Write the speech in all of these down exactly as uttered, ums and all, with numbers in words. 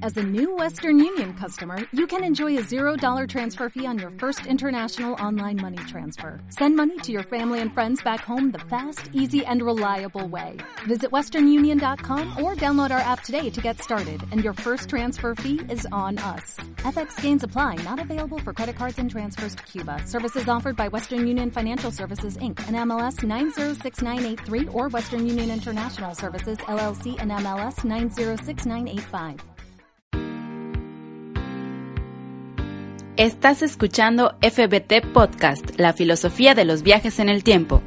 As a new Western Union customer, you can enjoy a zero dollars transfer fee on your first international online money transfer. Send money to your family and friends back home the fast, easy, and reliable way. Visit western union dot com or download our app today to get started, and your first transfer fee is on us. F X gains apply, not available for credit cards and transfers to Cuba. Services offered by Western Union Financial Services, Incorporated, and M L S nine zero six nine eight three or Western Union International Services, L L C, and M L S nine zero six nine eight five. Estás escuchando F B T Podcast, la filosofía de los viajes en el tiempo.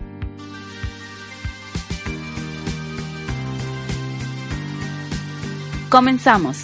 Comenzamos.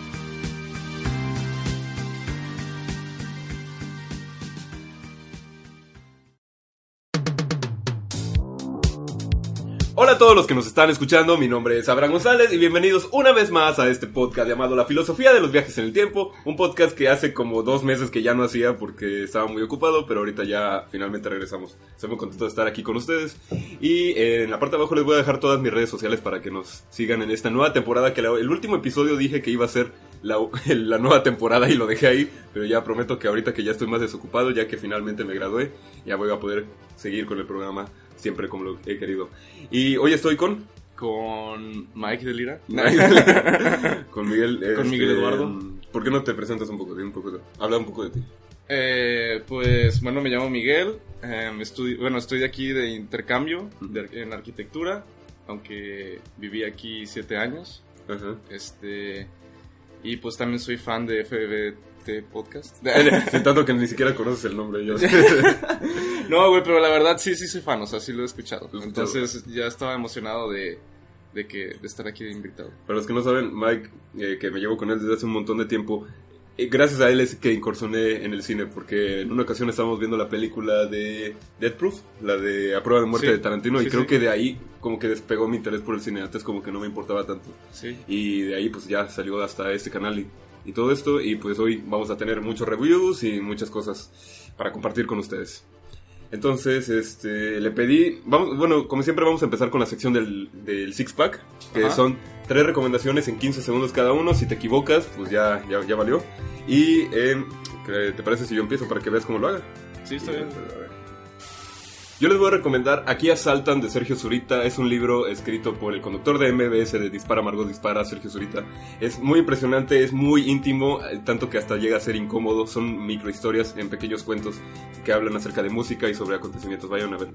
Hola a todos los que nos están escuchando, mi nombre es Abraham González y bienvenidos una vez más a este podcast llamado La Filosofía de los Viajes en el Tiempo. Un podcast que hace como dos meses que ya no hacía porque estaba muy ocupado, pero ahorita ya finalmente regresamos. Estoy muy contento de estar aquí con ustedes. Y en la parte de abajo les voy a dejar todas mis redes sociales para que nos sigan en esta nueva temporada, que el último episodio dije que iba a ser la, la nueva temporada y lo dejé ahí, pero ya prometo que ahorita que ya estoy más desocupado, ya que finalmente me gradué, ya voy a poder seguir con el programa siempre como lo he querido. Y hoy estoy con... Con Mike de Lira. Con Miguel. Con este, Miguel Eduardo. ¿Por qué no te presentas un poco? Un poco de, habla un poco de ti. Eh, pues, bueno, me llamo Miguel. Eh, estudio, bueno, estoy de aquí de intercambio de, en arquitectura, aunque viví aquí siete años. Ajá. Este, y pues también soy fan de F B T Podcast. Tanto que ni siquiera conoces el nombre. Yo. No, güey, pero la verdad sí, sí soy fan, o sea, sí lo he escuchado. Pues Entonces ya estaba emocionado de, de, que, de estar aquí de invitado. Para los que no saben, Mike, eh, que me llevo con él desde hace un montón de tiempo, eh, gracias a él es que incursioné en el cine, porque en una ocasión estábamos viendo la película de Death Proof, la de A Prueba de Muerte sí, de Tarantino, sí, y creo sí. que de ahí como que despegó mi interés por el cine. Antes como que no me importaba tanto. Sí. Y de ahí pues ya salió hasta este canal y, y todo esto, y pues hoy vamos a tener muchos reviews y muchas cosas para compartir con ustedes. Entonces, este, le pedí, vamos, bueno, como siempre vamos a empezar con la sección del, del Six Pack, que Ajá. son tres recomendaciones en quince segundos cada uno. Si te equivocas, pues ya, ya, ya valió. Y, eh, ¿te parece si yo empiezo para que veas cómo lo haga? Sí, está bien. A ver. Yo les voy a recomendar Aquí Asaltan, de Sergio Zurita. Es un libro escrito por el conductor de M B S de Dispara Margot Dispara, Sergio Zurita. Es muy impresionante, es muy íntimo, tanto que hasta llega a ser incómodo. Son microhistorias en pequeños cuentos que hablan acerca de música y sobre acontecimientos. Vayan a verlo.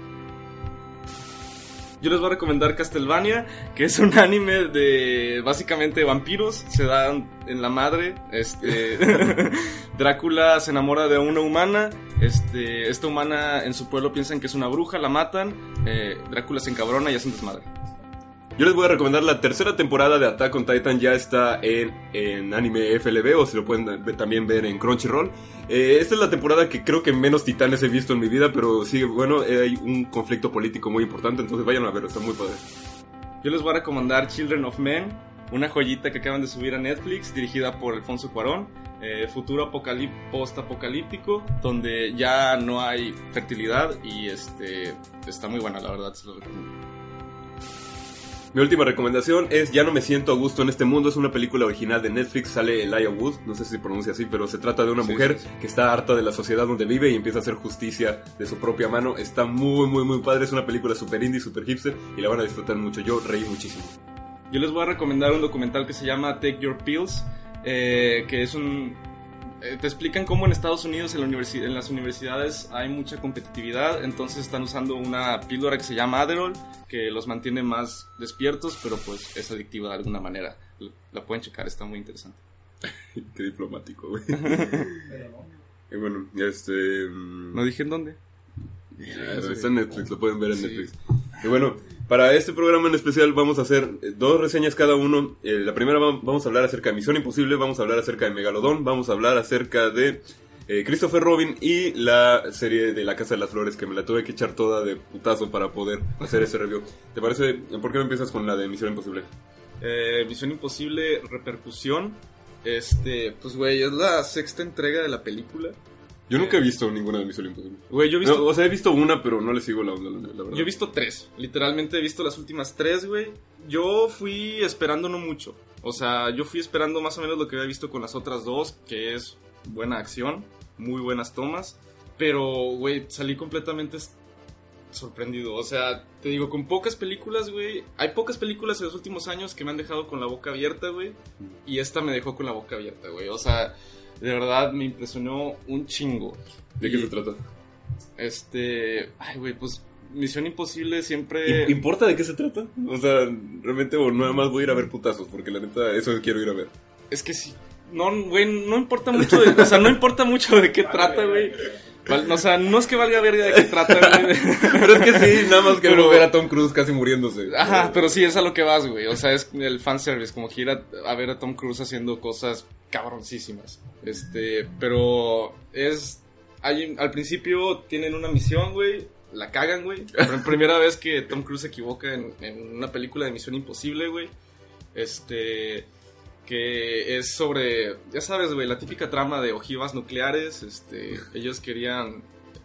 Yo les voy a recomendar Castlevania, que es un anime de básicamente vampiros, se dan en la madre. Este Drácula se enamora de una humana, este esta humana en su pueblo piensan que es una bruja, la matan, eh, Drácula se encabrona y hace un desmadre. Yo les voy a recomendar la tercera temporada de Attack on Titan. Ya está en, en Anime F L V, o si lo pueden ver, también ver en Crunchyroll. Eh, esta es la temporada que creo que menos titanes he visto en mi vida, pero sí, bueno, eh, hay un conflicto político muy importante, entonces vayan a verlo, está muy padre. Yo les voy a recomendar Children of Men, una joyita que acaban de subir a Netflix, dirigida por Alfonso Cuarón. Eh, futuro apocalip- post-apocalíptico, donde ya no hay fertilidad y este está muy buena, la verdad, se lo recomiendo. Mi última recomendación es Ya no me siento a gusto en este mundo. Es una película original de Netflix, sale Elijah Wood, no sé si se pronuncia así, pero se trata de una Sí, mujer sí, sí. que está harta de la sociedad donde vive y empieza a hacer justicia de su propia mano. Está muy, muy, muy padre, es una película super indie, super hipster y la van a disfrutar mucho. Yo reí muchísimo. Yo les voy a recomendar un documental que se llama Take Your Pills, eh, que es un... Eh, te explican cómo en Estados Unidos en, la universi- en las universidades hay mucha competitividad, entonces están usando una píldora que se llama Adderall, que los mantiene más despiertos, pero pues es adictiva de alguna manera. La, la pueden checar, está muy interesante. Qué diplomático, güey. Y bueno, este... ¿No dije en dónde? Ya, está en Netflix, lo pueden ver en Sí. Netflix. Y bueno, para este programa en especial vamos a hacer eh, dos reseñas cada uno. Eh, la primera va- vamos a hablar acerca de Misión Imposible, vamos a hablar acerca de Megalodón, vamos a hablar acerca de eh, Christopher Robin y la serie de La Casa de las Flores, que me la tuve que echar toda de putazo para poder hacer ese review. ¿Te parece? ¿Por qué no empiezas con la de Misión Imposible? Eh, Misión Imposible, repercusión. Este, pues güey, es la sexta entrega de la película. Yo nunca he visto ninguna de Misión Imposible. Güey, yo he visto... No, o sea, he visto una, pero no le sigo la onda, la, la verdad. Yo he visto tres, literalmente he visto las últimas tres, güey. Yo fui esperando no mucho. O sea, yo fui esperando más o menos lo que había visto con las otras dos, que es buena acción, muy buenas tomas, pero, güey, salí completamente sorprendido. O sea, te digo, con pocas películas, güey, hay pocas películas en los últimos años que me han dejado con la boca abierta, güey, y esta me dejó con la boca abierta, güey. O sea, de verdad me impresionó un chingo. ¿De qué se trata? Este, ay, güey, pues Misión Imposible siempre... ¿Importa de qué se trata? O sea, realmente o nada más voy a ir a ver putazos, porque la neta, eso quiero ir a ver. Es que sí, no, güey, no importa mucho de, o sea, no importa mucho de qué trata, güey. Val, o sea, no es que valga verga de qué trata, güey. Pero es que sí, nada más quiero pero, ver a Tom Cruise casi muriéndose. Ajá, pero sí, es a lo que vas, güey. O sea, es el fanservice, como que ir a, a ver a Tom Cruise haciendo cosas cabroncísimas. Este, pero es... Hay, al principio tienen una misión, güey, la cagan, güey. La primera vez que Tom Cruise se equivoca en, en una película de Misión Imposible, güey. Este... Que es sobre, ya sabes, güey, la típica trama de ojivas nucleares. Este, ellos querían...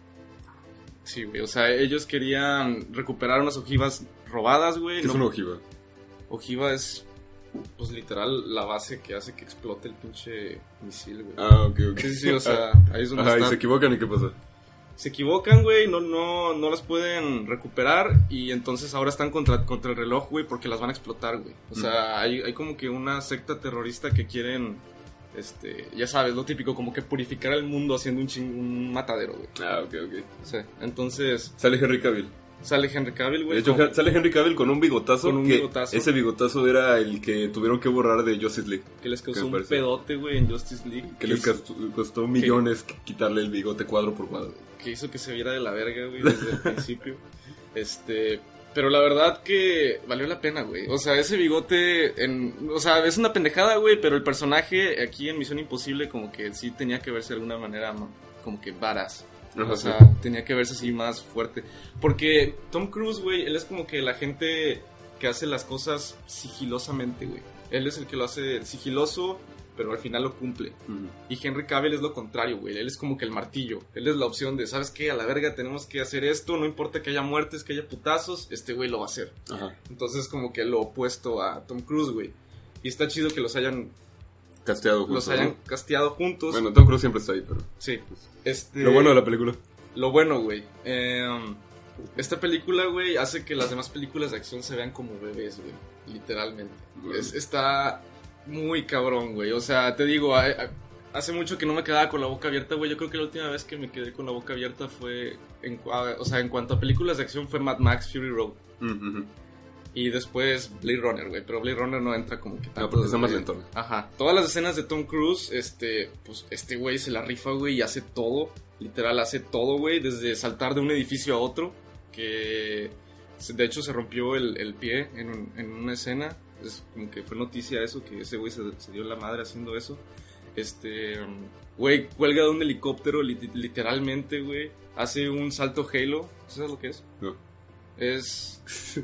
Sí, güey, o sea, ellos querían recuperar unas ojivas robadas, güey. ¿Qué no, es una ojiva? Ojiva es, pues, literal, la base que hace que explote el pinche misil, güey. Ah, ok, ok. Sí, sí, o sea, ahí es donde Ajá, está. ¿y se equivocan y qué pasa? Se equivocan, güey, no, no, no las pueden recuperar y entonces ahora están contra, contra el reloj, güey, porque las van a explotar, güey. O sea, mm. hay, hay como que una secta terrorista que quieren, este, ya sabes, lo típico, como que purificar el mundo haciendo un, ching, un matadero, güey. Ah, ok, ok. O sea, entonces... Sale Henry Cavill. Sale Henry Cavill, güey. De hecho, con... sale Henry Cavill con un bigotazo. Con un que bigotazo. Ese bigotazo era el que tuvieron que borrar de Justice League. Que les causó un parece. pedote, güey, en Justice League. Que, que les costó, costó millones que... quitarle el bigote cuadro por cuadro. Que hizo que se viera de la verga, güey, desde el principio. Este... Pero la verdad que valió la pena, güey. O sea, ese bigote, en, o sea, es una pendejada, güey, pero el personaje aquí en Misión Imposible como que sí tenía que verse de alguna manera como que varas. Ajá, o sea, sí. Tenía que verse así más fuerte. Porque Tom Cruise, güey, él es como que la gente que hace las cosas sigilosamente, güey. Él es el que lo hace sigiloso, pero al final lo cumple. Uh-huh. Y Henry Cavill es lo contrario, güey. Él es como que el martillo. Él es la opción de, ¿sabes qué? A la verga tenemos que hacer esto. No importa que haya muertes, que haya putazos. Este güey lo va a hacer. Ajá. Entonces como que lo opuesto a Tom Cruise, güey. Y está chido que los hayan... Casteado juntos. Los hayan ¿no? casteado juntos. Bueno, Tom Cruise siempre está ahí, pero... Sí. Este... Lo bueno de la película. Lo bueno, güey. Eh, esta película, güey, hace que las demás películas de acción se vean como bebés, güey. Literalmente. Bueno. Es, está... muy cabrón, güey. O sea, te digo, hace mucho que no me quedaba con la boca abierta, güey. Yo creo que la última vez que me quedé con la boca abierta fue... En, o sea, en cuanto a películas de acción fue Mad Max Fury Road. Uh-huh. Y después Blade Runner, güey. Pero Blade Runner no entra como que tanto. No, porque está más lento. Ajá. Todas las escenas de Tom Cruise, este... Pues este güey se la rifa, güey, y hace todo. Literal, hace todo, güey. Desde saltar de un edificio a otro. Que... De hecho, se rompió el, el pie en, un, en una escena. Es como que fue noticia eso, que ese güey se, se dio la madre haciendo eso. Este, güey, cuelga de un helicóptero, li, literalmente, güey. Hace un salto Halo. ¿Sabes lo que es? No. Es...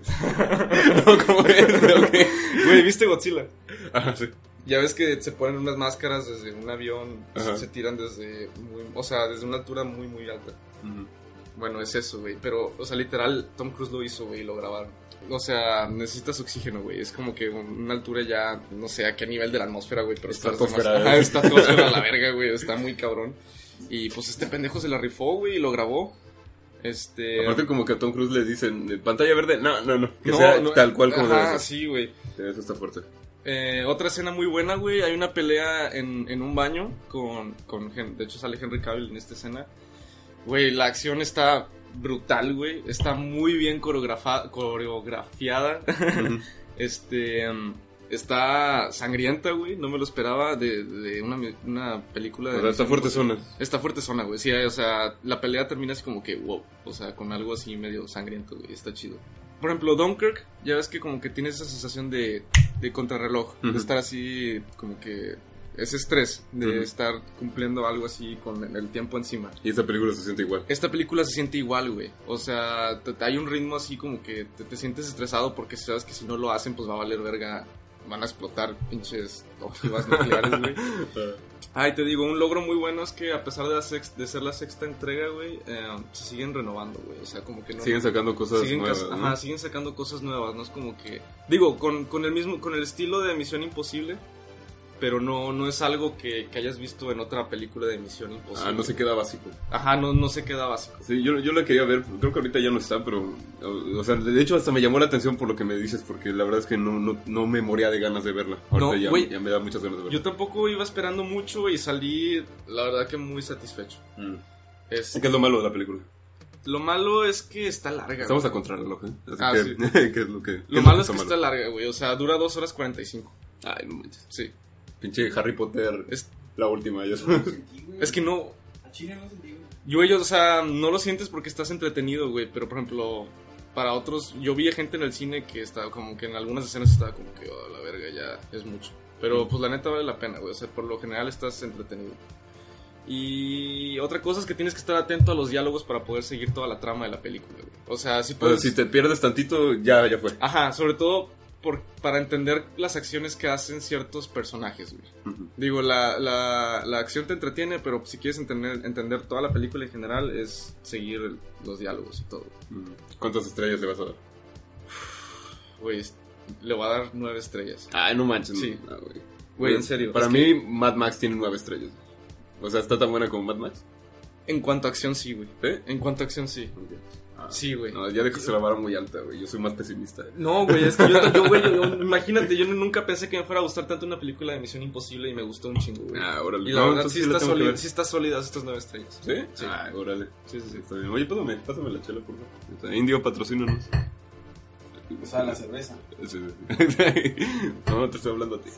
no, ¿cómo es? Okay. Güey, ¿viste Godzilla? Ajá, sí. Ya ves que se ponen unas máscaras desde un avión, se, se tiran desde, muy, o sea, desde una altura muy, muy alta. Uh-huh. Bueno, es eso, güey. Pero, o sea, literal, Tom Cruise lo hizo, güey, y lo grabaron. O sea, necesitas oxígeno, güey. Es como que una altura ya, no sé a qué nivel de la atmósfera, güey. Pero estratosfera. Ajá, estratosfera a la verga, güey. Está muy cabrón. Y pues este pendejo se la rifó, güey, y lo grabó. Este... Aparte como que a Tom Cruise le dicen, pantalla verde, no, no, no. Que no, sea no, tal cual como ajá, debe ser. Sí, güey. Eso está fuerte. Eh, otra escena muy buena, güey. Hay una pelea en, en un baño con, con... De hecho sale Henry Cavill en esta escena. Güey, la acción está... brutal, güey. Está muy bien coreografa- coreografiada. Uh-huh. Este... Um, está sangrienta, güey. No me lo esperaba de, de una, una película de... O sea, está fuerte zona. Está fuerte zona, güey. Sí, o sea, la pelea termina así como que wow. O sea, con algo así medio sangriento, güey. Está chido. Por ejemplo, Dunkirk, ya ves que como que tienes esa sensación de, de contrarreloj. Uh-huh. De estar así como que... Ese estrés de uh-huh. estar cumpliendo algo así con el tiempo encima. Y esta película se siente igual. Esta película se siente igual, güey. O sea, te, te hay un ritmo así como que te, te sientes estresado porque sabes que si no lo hacen, pues va a valer verga. van a explotar pinches ojivas nucleares, güey. Ay, te digo, un logro muy bueno es que a pesar de, la sex- de ser la sexta entrega, güey, eh, se siguen renovando, güey. O sea, como que no... Siguen sacando cosas siguen nuevas, cas- ¿no? Ajá, siguen sacando cosas nuevas, no es como que... Digo, con, con el mismo, con el estilo de Misión Imposible, pero no, no es algo que, que hayas visto en otra película de Misión Imposible. Ah, no se queda básico. Ajá, no, no se queda básico. Sí, yo, yo la quería ver, creo que ahorita ya no está, pero... O, o sea, de hecho hasta me llamó la atención por lo que me dices, porque la verdad es que no, no, no me moría de ganas de verla. Ahorita No, ya, güey, ya me da muchas ganas de verla. Yo tampoco iba esperando mucho y salí, la verdad que muy satisfecho. Mm. Es, ¿Qué es lo malo de la película? lo malo es que está larga. Estamos güey. a contrarreloj, ¿eh? Así Ah, que, sí. ¿qué es lo que...? qué Lo es malo que es que está larga, güey. O sea, dura dos horas cuarenta y cinco. Ay, no manches. Sí. Pinche Harry Potter, Es, la última, ya No lo sentí, güey. es que no... A Chile no lo sentí, güey. Yo, ellos, o sea, no lo sientes porque estás entretenido, güey. Pero, por ejemplo, para otros... Yo vi gente en el cine que estaba como que en algunas escenas estaba como que, oh, la verga, ya es mucho. Pero, pues, la neta vale la pena, güey. O sea, por lo general estás entretenido. Y otra cosa es que tienes que estar atento a los diálogos para poder seguir toda la trama de la película, güey. O sea, si Pero puedes... si te pierdes tantito, ya, ya fue. Ajá, sobre todo por, para entender las acciones que hacen ciertos personajes, güey. Ujú. Digo, la, la, la acción te entretiene, pero si quieres entender, entender toda la película en general, es seguir los diálogos y todo. Ujú. ¿Cuántas estrellas le vas a dar? Güey, le voy a dar nueve estrellas. Ay, no manches. Sí. No, güey. Güey, en serio. Para es mí, que Mad Max tiene nueve estrellas. O sea, ¿está tan buena como Mad Max? en cuanto a acción, sí, güey. ¿Eh? En cuanto a acción, sí. Ah, Sí, güey. No, ya dejaste la vara muy alta, güey. Yo soy más pesimista. No, güey, es que yo, yo güey, yo- imagínate, yo nunca pensé que me fuera a gustar tanto una película de Misión Imposible y me gustó un chingo, güey. Ah, órale. Y la No, verdad entonces sí, la está tengo que sólida, ver. sí está sólidas estas nueve estrellas. ¿Sí? Sí. Ah, órale. Sí, sí, sí. Está bien. Oye, pásame, pásame la chela, por favor. O sea, Indio, patrocínanos. O sea, la cerveza. Sí, sí. No, te estoy hablando a ti.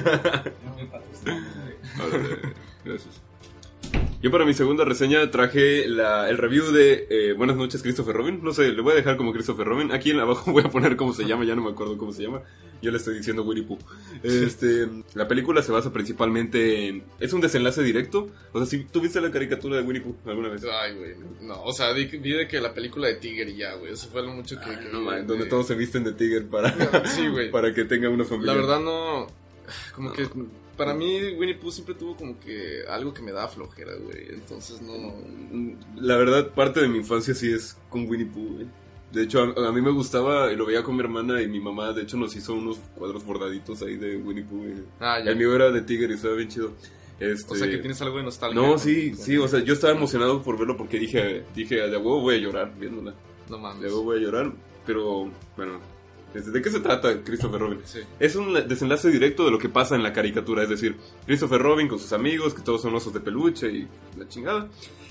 No me patrocinando, güey. Órale, gracias. Yo para mi segunda reseña traje la, el review de eh, Buenas noches, Christopher Robin. No sé, le voy a dejar como Christopher Robin. Aquí en abajo voy a poner cómo se llama, ya no me acuerdo cómo se llama. Yo le estoy diciendo Winnie Pooh. Este, la película se basa principalmente en... Es un desenlace directo. O sea, si tú viste la caricatura de Winnie Pooh alguna vez. Ay, güey, no, o sea, vi, vi de que la película de Tiger y ya, güey, eso fue lo mucho que... Ay, que no, vi, man, güey. donde todos se visten de tigre para, Sí, güey. para que tenga una familia. La verdad no, como No. que, para mí Winnie Pooh siempre tuvo como que algo que me daba flojera, güey, entonces no... La verdad, parte de mi infancia sí es con Winnie Pooh, güey. De hecho, a, a mí me gustaba y lo veía con mi hermana y mi mamá, de hecho, nos hizo unos cuadros bordaditos ahí de Winnie Pooh. Y Ah, ya. el mío era de tigre y estaba bien chido. Este... O sea, que tienes algo de nostalgia. No, con- sí, con- sí, o sea, yo estaba emocionado por verlo porque dije, dije, de huevo voy a llorar viéndola. No De mames. huevo voy a llorar, pero, bueno, ¿de qué se trata Christopher Robin? Sí. Es un desenlace directo de lo que pasa en la caricatura, es decir, Christopher Robin con sus amigos, que todos son osos de peluche y la chingada.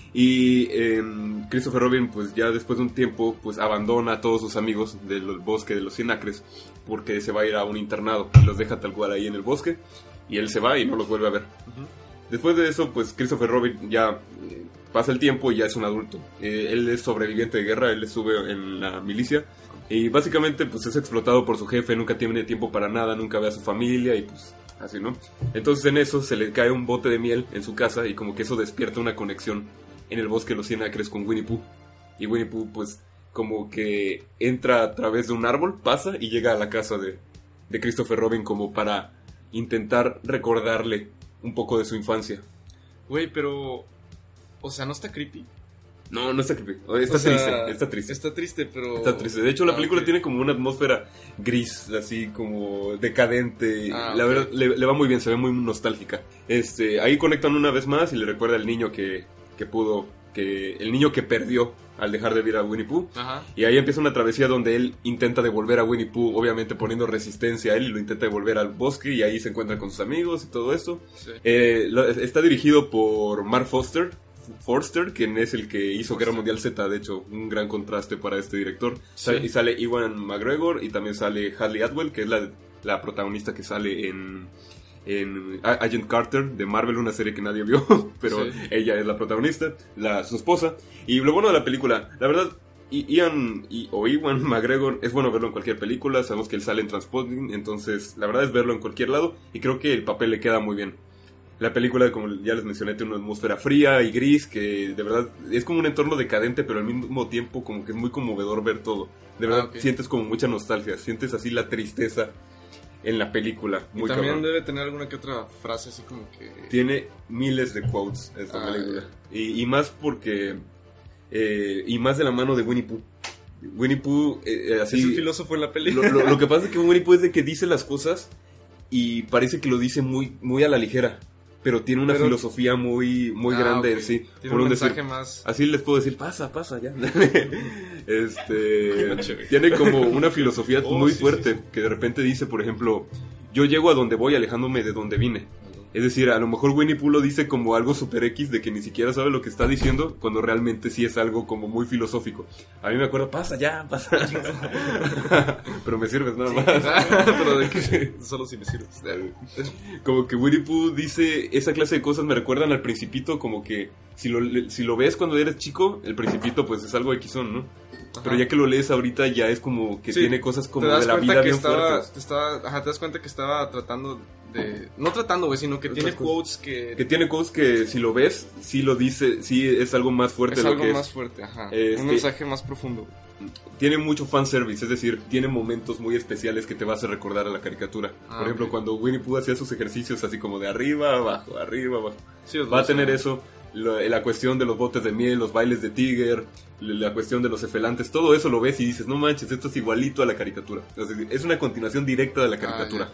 Y eh, Christopher Robin, pues ya después de un tiempo, pues abandona a todos sus amigos del bosque de los Cien Acres porque se va a ir a un internado y los deja tal cual ahí en el bosque y él se va y no los vuelve a ver. Ujú. Después de eso, pues Christopher Robin ya eh, pasa el tiempo y ya es un adulto. Eh, él es sobreviviente de guerra, él estuvo en la milicia y básicamente pues es explotado por su jefe, nunca tiene tiempo para nada, nunca ve a su familia y pues así, ¿no? Entonces en eso se le cae un bote de miel en su casa y como que eso despierta una conexión en el bosque de los Cien Acres con Winnie Pooh. Y Winnie Pooh pues como que entra a través de un árbol, pasa y llega a la casa de, de Christopher Robin como para intentar recordarle un poco de su infancia. Güey, pero, o sea, ¿no está creepy? No, no está creepy. Está O sea, triste, está triste. Está triste, pero... Está triste. De hecho, la Ah, película ok. tiene como una atmósfera gris, así como decadente. Ah, la ok. verdad, le, le va muy bien, se ve muy nostálgica. Este, ahí conectan una vez más y le recuerda al niño que, que pudo, que el niño que perdió al dejar de ver a Winnie Pooh. Ajá. Y ahí empieza una travesía donde él intenta devolver a Winnie Pooh, obviamente poniendo resistencia a él, y lo intenta devolver al bosque, y ahí se encuentra con sus amigos y todo esto. Sí. Eh, lo- está dirigido por Mark Foster, Forster, quien es el que hizo Guerra Mundial Z, de hecho, un gran contraste para este director. Sí. Sale- y sale Ewan McGregor y también sale Hadley Atwell, que es la, la protagonista que sale en, en A- Agent Carter de Marvel, una serie que nadie vio, pero Sí. ella es la protagonista, la, su esposa. Y lo bueno de la película, la verdad, I- Ian y, o Ewan McGregor es bueno verlo en cualquier película, sabemos que él sale en Transpotting, entonces la verdad es verlo en cualquier lado y creo que el papel le queda muy bien. La película, como ya les mencioné, tiene una atmósfera fría y gris que de verdad es como un entorno decadente, pero al mismo tiempo como que es muy conmovedor ver todo. De verdad Ah, ok. sientes como mucha nostalgia, sientes así la tristeza en la película. Muy y también cabrón. debe tener alguna que otra frase así como que... Tiene miles de quotes esta Ah, película. Y, y más porque... Eh, y más de la mano de Winnie Pooh. Winnie Pooh, eh, así... Es un filósofo en la Lo, película. lo- lo que pasa es que Winnie Pooh es de que dice las cosas y parece que lo dice muy, muy a la ligera, pero tiene una Pero- filosofía muy, muy Ah, grande ok. en sí. Tiene Por un un mensaje decir- más... Así les puedo decir, pasa, pasa ya. este Chévere. tiene como una filosofía Oh, muy sí, fuerte sí, sí. que de repente dice, por ejemplo, yo llego a donde voy alejándome de donde vine. Es decir, a lo mejor Winnie Pooh lo dice como algo super X de que ni siquiera sabe lo que está diciendo, cuando realmente sí es algo como muy filosófico. A mí me acuerdo, pasa ya, pasa. Pero me sirves nada más. Pero de que solo si me sirves. Como que Winnie Pooh dice esa clase de cosas me recuerdan al Principito, como que si lo, le- si lo ves cuando eres chico, el Principito pues es algo Xón, ¿no? Pero ya que lo lees ahorita ya es como que Sí, tiene cosas como te das de la cuenta vida que bien estaba, fuertes. te estaba, ajá, te das cuenta que estaba tratando de, no tratando, güey, sino que Otras tiene cosas. quotes que, Que tiene cosas que si lo ves, sí lo dice, sí es algo más fuerte es de lo algo que más es. fuerte, ajá, Este- un mensaje más profundo. Tiene mucho fanservice, es decir, tiene momentos muy especiales que te vas a recordar a la caricatura. Ah, Por ejemplo, ok. cuando Winnie Pooh hacía sus ejercicios así como de arriba, abajo, arriba, abajo. Sí, os Va a lo tener sé. eso, lo- la cuestión de los botes de miel, los bailes de Tiger, la cuestión de los efelantes, todo eso lo ves y dices, no manches, esto es igualito a la caricatura. Es decir, es una continuación directa de la caricatura.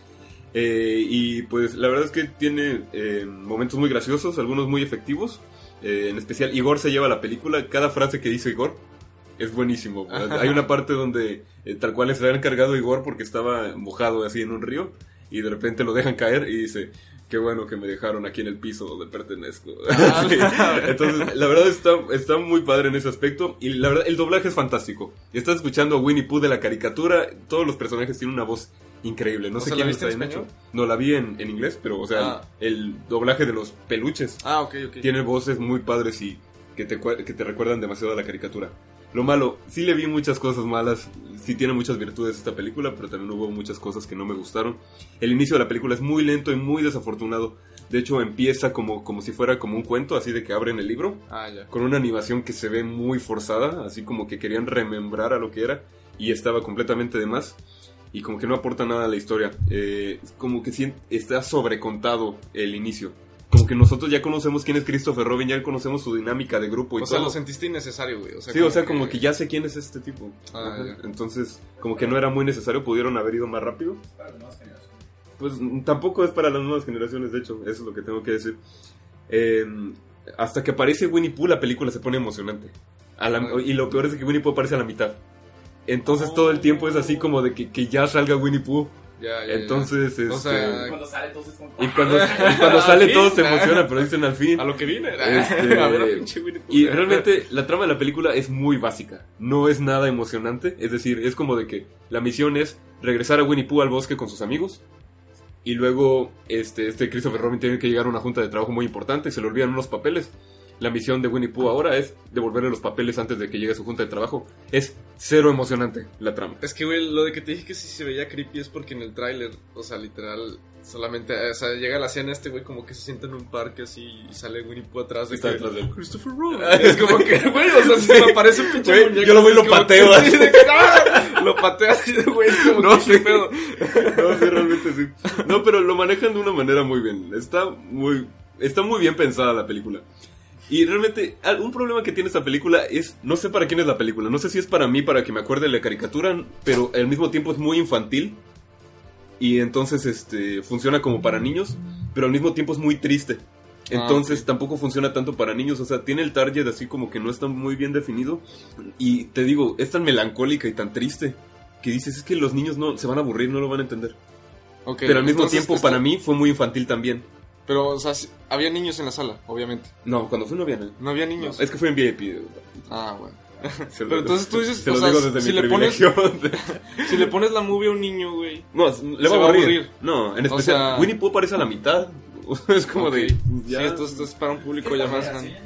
Eh, y pues la verdad es que tiene eh, momentos muy graciosos, algunos muy efectivos. Eh, en especial, Igor se lleva la película, cada frase que dice Igor es buenísimo. Hay una parte donde eh, tal cual se ha encargado Igor porque estaba mojado así en un río y de repente lo dejan caer y dice... Qué bueno que me dejaron aquí en el piso donde pertenezco. Ah, Sí. Entonces, la verdad está, está muy padre en ese aspecto. Y la verdad, el doblaje es fantástico. Estás escuchando a Winnie Pooh de la caricatura. Todos los personajes tienen una voz increíble. No O sé sea, quién ¿la está viste en bien hecho. español? No, la vi en, en inglés, pero, o sea, Ah. el, el doblaje de los peluches Ah, ok, ok. tiene voces muy padres y que te, cua- que te recuerdan demasiado a la caricatura. Lo malo, sí le vi muchas cosas malas, sí tiene muchas virtudes esta película, pero también hubo muchas cosas que no me gustaron. El inicio de la película es muy lento y muy desafortunado. De hecho, empieza como, como si fuera como un cuento, así de que abren el libro, Ah, ya. con una animación que se ve muy forzada, así como que querían remembrar a lo que era, y estaba completamente de más, y como que no aporta nada a la historia. Eh, como que sí está sobrecontado el inicio. Como que nosotros ya conocemos quién es Christopher Robin, ya conocemos su dinámica de grupo y O sea, todo. lo sentiste innecesario, güey. O sea, Sí, o sea, como que ya sé quién es este tipo. Ah, Ajá. ya. Entonces, como que no era muy necesario, pudieron haber ido más rápido. Para las nuevas generaciones. Pues mm, tampoco es para las nuevas generaciones, de hecho, eso es lo que tengo que decir. Eh, hasta que aparece Winnie Pooh, la película se pone emocionante. A la- Ah. y lo peor es que Winnie Pooh aparece a la mitad. Entonces Oh. todo el tiempo es así como de que, que ya salga Winnie Pooh. Ya, ya, ya. Entonces, O este... sea, Cuando sale, entonces como... y cuando, y cuando sale Al todo fin. se emociona, pero dicen al fin. a lo que viene. Este, A ver, a pinche Winnie Pooh. Y realmente la trama de la película es muy básica, no es nada emocionante, es decir, es como de que la misión es regresar a Winnie Pooh al bosque con sus amigos y luego este, este Christopher Robin tiene que llegar a una junta de trabajo muy importante y se le olvidan unos papeles. La misión de Winnie Pooh ahora es devolverle los papeles antes de que llegue a su junta de trabajo. Es cero emocionante la trama. Es que, güey, lo de que te dije que si se veía creepy es porque en el tráiler, o sea, literal, solamente, o sea, llega la escena este güey como que se sienta en un parque así y sale Winnie Pooh atrás de Está que, detrás de él. Christopher Robin. Es como que, güey, o sea, se me aparece un pinche Güey, muñeco. yo lo voy y es lo como pateo que- así. sí, de que, ¡ah! Lo pateo así de güey, es como No, que, ¿qué sí. pedo? No, sí, realmente sí. No, pero lo manejan de una manera muy bien. Está muy, está muy bien pensada la película. Y realmente, al- un problema que tiene esta película es, no sé para quién es la película, no sé si es para mí, para que me acuerde de la caricatura, pero al mismo tiempo es muy infantil. Y entonces este funciona como para niños, pero al mismo tiempo es muy triste. Entonces Ah, ok. tampoco funciona tanto para niños, o sea, tiene el target así como que no está muy bien definido. Y te digo, es tan melancólica y tan triste que dices, es que los niños no se van a aburrir, no lo van a entender. Ok, Pero al mismo entonces, tiempo, esto- para mí, fue muy infantil también. Pero, o sea, sí, había niños en la sala, obviamente. No, cuando fue no había nada. No había niños. Es que fue en V I P. Ah, bueno. Se lo- Pero entonces tú dices, se o lo sea, digo desde si mi le pones- privilegio. Si le pones la movie a un niño, güey. No, le Se va a va a aburrir. aburrir. No, en O especial, sea- Winnie Pooh aparece a la mitad. Es como Ok. de... Sí, ya. esto, esto es para un público ya más grande.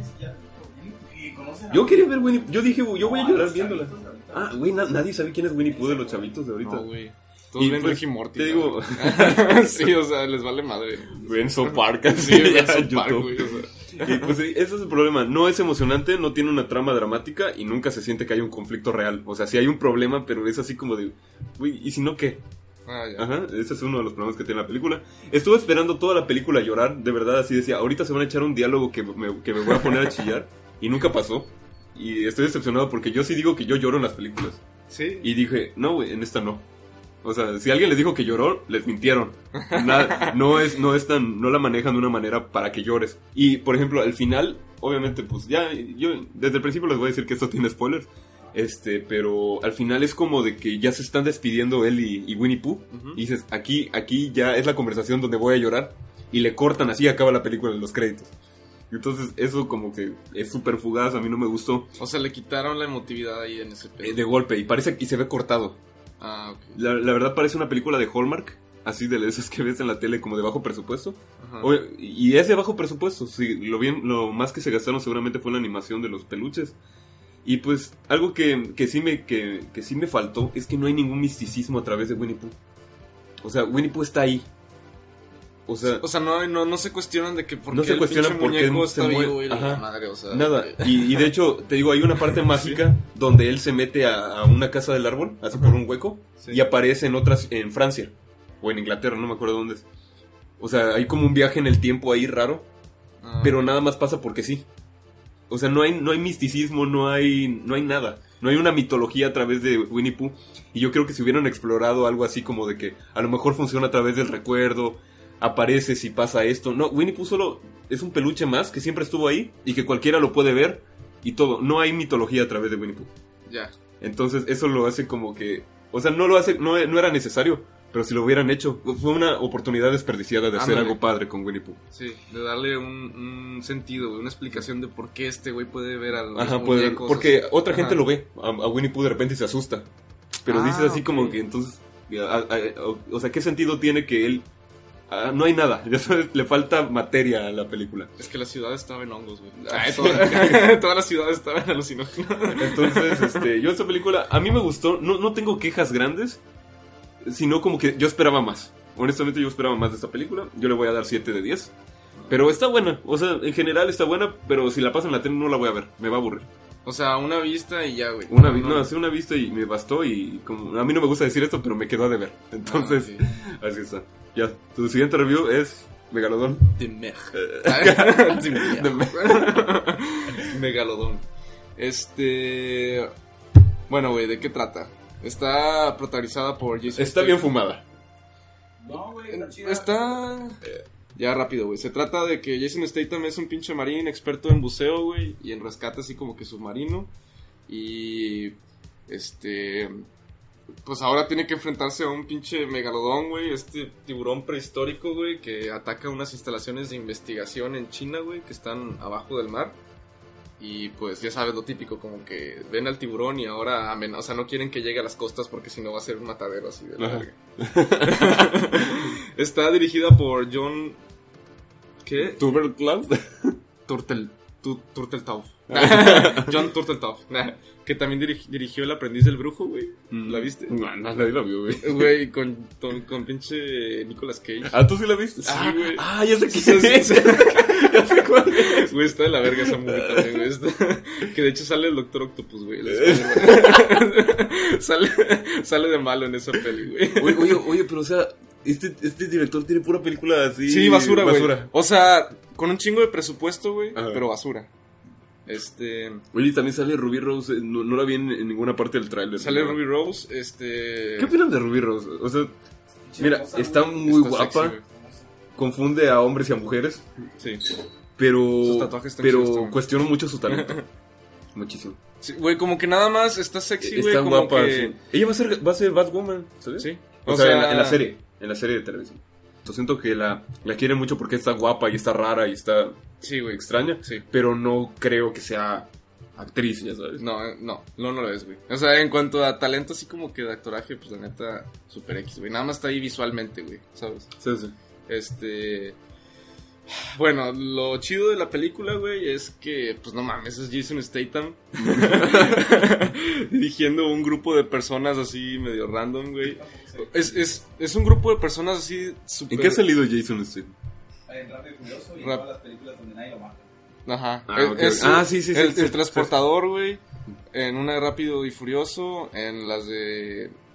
Yo quería ver Winnie Yo dije, yo voy a llorar viéndola. Ah, güey, na- nadie sabe quién es Winnie Pooh de los chavitos de ahorita. No, güey. Todos Y ven pues, Rick y Morty. te ¿no? digo- Sí, o sea, les vale madre. Ven South Park, así, Sí, ven ya, South Park, YouTube. güey, o sea. Y pues sí, ese es el problema. No es emocionante, no tiene una trama dramática y nunca se siente que hay un conflicto real. O sea, sí hay un problema, pero es así como de, güey, ¿y si no qué? Ah, ya. Ajá, ese es uno de los problemas que tiene la película. Estuve esperando toda la película a llorar, de verdad, así decía, ahorita se van a echar un diálogo que me, que me voy a poner a chillar, y nunca pasó. Y estoy decepcionado porque yo sí digo que yo lloro en las películas. Sí. Y dije, no, güey, en esta no. O sea, si alguien les dijo que lloró, les mintieron. Nada, no es, no es tan, no la manejan de una manera para que llores. Y, por ejemplo, al final, obviamente, pues ya, yo desde el principio les voy a decir que esto tiene spoilers. Este, pero al final es como de que ya se están despidiendo él y, y Winnie Pooh. Uh-huh. Y dices, aquí, aquí ya es la conversación donde voy a llorar. Y le cortan, así acaba la película en los créditos. Entonces eso como que es súper fugaz, a mí no me gustó. O sea, le quitaron la emotividad ahí en ese pedo. De golpe, y parece que se ve cortado. Ah, ok. La, la verdad parece una película de Hallmark, así de esas que ves en la tele como de bajo presupuesto. Ajá. O, y es de bajo presupuesto, sí, lo, bien, lo más que se gastaron seguramente fue la animación de los peluches. Y pues algo que, que, sí me, que, que sí me faltó es que no hay ningún misticismo a través de Winnie Pooh. O sea, Winnie Pooh está ahí. O sea, o sea no, no, no se cuestionan de que por no qué se el cuestionan pinche por qué muñeco se está mueve. vivo y Ajá. la madre, o sea, nada. que... Y, y de hecho, te digo, hay una parte mágica sí. donde él se mete a, a una casa del árbol, así uh-huh. por un hueco, sí. y aparece en otras, en Francia, o en Inglaterra, no me acuerdo dónde es. O sea, hay como un viaje en el tiempo ahí raro, uh-huh. pero nada más pasa porque sí. O sea, no hay, no hay misticismo, no hay, no hay nada. No hay una mitología a través de Winnie Pooh. Y yo creo que si hubieran explorado algo así como de que a lo mejor funciona a través del recuerdo, aparece si pasa esto. No, Winnie Pooh solo es un peluche más que siempre estuvo ahí y que cualquiera lo puede ver y todo. No hay mitología a través de Winnie Pooh. Ya. Entonces eso lo hace como que... O sea, no lo hace, no, no era necesario, pero si lo hubieran hecho, fue una oportunidad desperdiciada de hacer Ándale. algo padre con Winnie Pooh. Sí, de darle un, un sentido, una explicación de por qué este güey puede ver a los Ajá, muñecos. puede, porque así. otra Ajá. gente lo ve a, a Winnie Pooh de repente y se asusta. Pero ah, dices así okay. como que entonces... A, a, a, o sea, ¿qué sentido tiene que él... Ah, no hay nada, ya sabes, le falta materia a la película. Es que la ciudad estaba en hongos, güey. Ay, toda, toda la ciudad estaba en alucinógenos. Entonces, este, yo esta película, a mí me gustó, no, no tengo quejas grandes, sino como que yo esperaba más. Honestamente yo esperaba más de esta película, yo le voy a dar siete de diez. Pero está buena, o sea, en general está buena, pero si la pasan en la tele no la voy a ver, me va a aburrir. O sea, una vista y ya, güey. Una, no, no, hace una vista y me bastó y como, a mí no me gusta decir esto, pero me quedó a deber. Entonces, ah, okay. así está. Ya, tu siguiente review es Megalodón. De Meg. De Meg. Megalodón. Este... Bueno, güey, ¿de qué trata? Está protagonizada por Jason Está bien fumada. No, güey, está chida. Está... Ya rápido, güey. Se trata de que Jason Statham es un pinche marín experto en buceo, güey, y en rescate así como que submarino. Y... Este... Pues ahora tiene que enfrentarse a un pinche megalodón, güey. Este tiburón prehistórico, güey, que ataca unas instalaciones de investigación en China, güey, que están abajo del mar. Y pues ya sabes lo típico, como que ven al tiburón y ahora amenazan, o sea, no quieren que llegue a las costas porque si no va a ser un matadero así de la verga. Está dirigida por John... ¿Qué? ¿Turteltaub? Turtle... Tu, Turteltaub. John Turteltaub. Que también dirigi, dirigió El aprendiz del brujo, güey. ¿La viste? No, no, nadie la vio, güey. Güey, con, con, con pinche Nicolas Cage. ¿Ah, tú sí la viste? Sí, güey. Ah, ya sé Sí, quién sí, es. sí. Ya sé cuál es. Güey, está de la verga esa movie también, güey. Está... Que de hecho sale el Doctor Octopus, güey. sale, sale de malo en esa peli, güey. Oye, oye, oye, pero o sea, este, este director tiene pura película así. Sí, basura, güey. O sea, con un chingo de presupuesto, güey, pero basura. Este... Oye, también sale Ruby Rose, no, no la vi en, en ninguna parte del tráiler. Sale ¿no? Ruby Rose, este... ¿Qué opinan de Ruby Rose? O sea, mira, está muy está guapa, sexy, confunde a hombres y a mujeres, sí. pero, Sus tatuajes están pero chidos, cuestiono mucho su talento, muchísimo. Sí, güey, como que nada más está sexy, güey, Está como guapa, que... sí. Ella va a ser, va a ser Batwoman, ¿sabes? Sí. O, o sea, sea en, la, en la serie, en la serie de televisión. Yo siento que la, la quieren mucho porque está guapa y está rara y está sí, güey, extraña, sí. Pero no creo que sea actriz, ya sabes. No, no, no, no lo es, güey. O sea, en cuanto a talento así como que de actoraje, pues la neta, super X, güey. Nada más está ahí visualmente, güey, ¿sabes? Sí, sí. Este... Bueno, lo chido de la película, güey, es que, pues no mames, es Jason Statham dirigiendo un grupo de personas así medio random, güey. Es, es, es un grupo de personas así super... ¿En qué ha salido Jason Statham? En Rápido y Furioso y en Rap... todas las películas donde nadie lo mata. Ajá. Ah, es, okay. es, ah sí, sí, sí. El, sí, el sí, transportador, güey. En una de Rápido y Furioso. En las de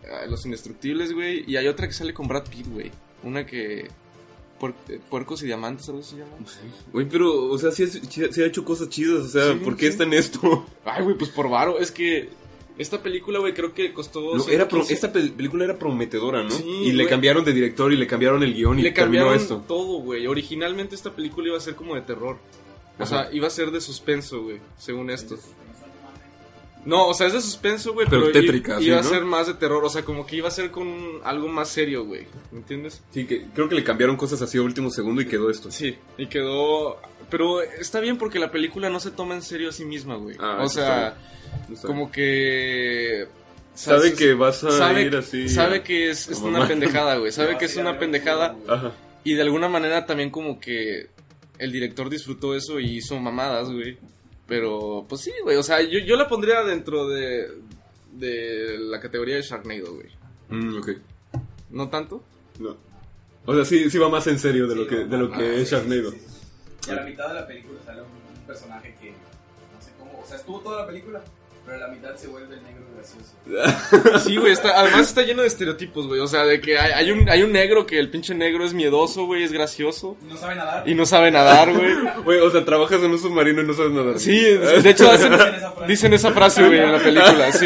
uh, Los Indestructibles, güey. Y hay otra que sale con Brad Pitt, güey. Una que... Puer- Puercos y Diamantes, algo se llama. Güey, pero, o sea, sí, es- sí- sí ha hecho cosas chidas, o sea, Sí, ¿por qué sí. está en esto? Ay, güey, pues por varo. Es que esta película, güey, creo que costó... Lo- era pro- ciento quince. esta pel- película era prometedora, ¿no? Sí, y le güey. cambiaron de director y le cambiaron el guión y Le terminó cambiaron esto. todo, güey. Originalmente esta película iba a ser como de terror. O Ajá. sea, iba a ser de suspenso, güey, según esto. No, o sea, es de suspenso, güey, Pero pero, i- tétrica, sí, iba a ¿no? ser más de terror. O sea, como que iba a ser con algo más serio, güey. ¿Me entiendes? Sí, que creo que le cambiaron cosas así a último segundo y quedó esto. Sí, y quedó... Pero está bien porque la película no se toma en serio a sí misma, güey. Ah, o eso sea, está Está como que... Sabe ¿sabes? que vas a sabe, ir así. Sabe a- que es, a es mamá. una pendejada, güey. Sabe que es una pendejada. Ajá. Y de alguna manera también como que el director disfrutó eso y hizo mamadas, güey. Pero, pues sí, güey. O sea, yo, yo la pondría dentro de, de la categoría de Sharknado, güey. Mm, ok. ¿No tanto? No. O sea, sí, sí va más en serio de lo Sí, que, no, de lo no, que sí, es sí, Sharknado. sí, sí, sí. Y a la mitad de la película sale un, un personaje que no sé cómo, o sea, estuvo toda la película, pero a la mitad se vuelve el negro gracioso. Sí, güey. Está, además está lleno de estereotipos, güey. O sea, de que hay, hay, un, hay un negro que el pinche negro es miedoso, güey. Es gracioso. Y no sabe nadar. Y no sabe nadar, güey. Güey, o sea, trabajas en un submarino y no sabes nadar. Sí, de hecho hacen, Dicen esa frase. dicen esa frase, güey, en la película, sí.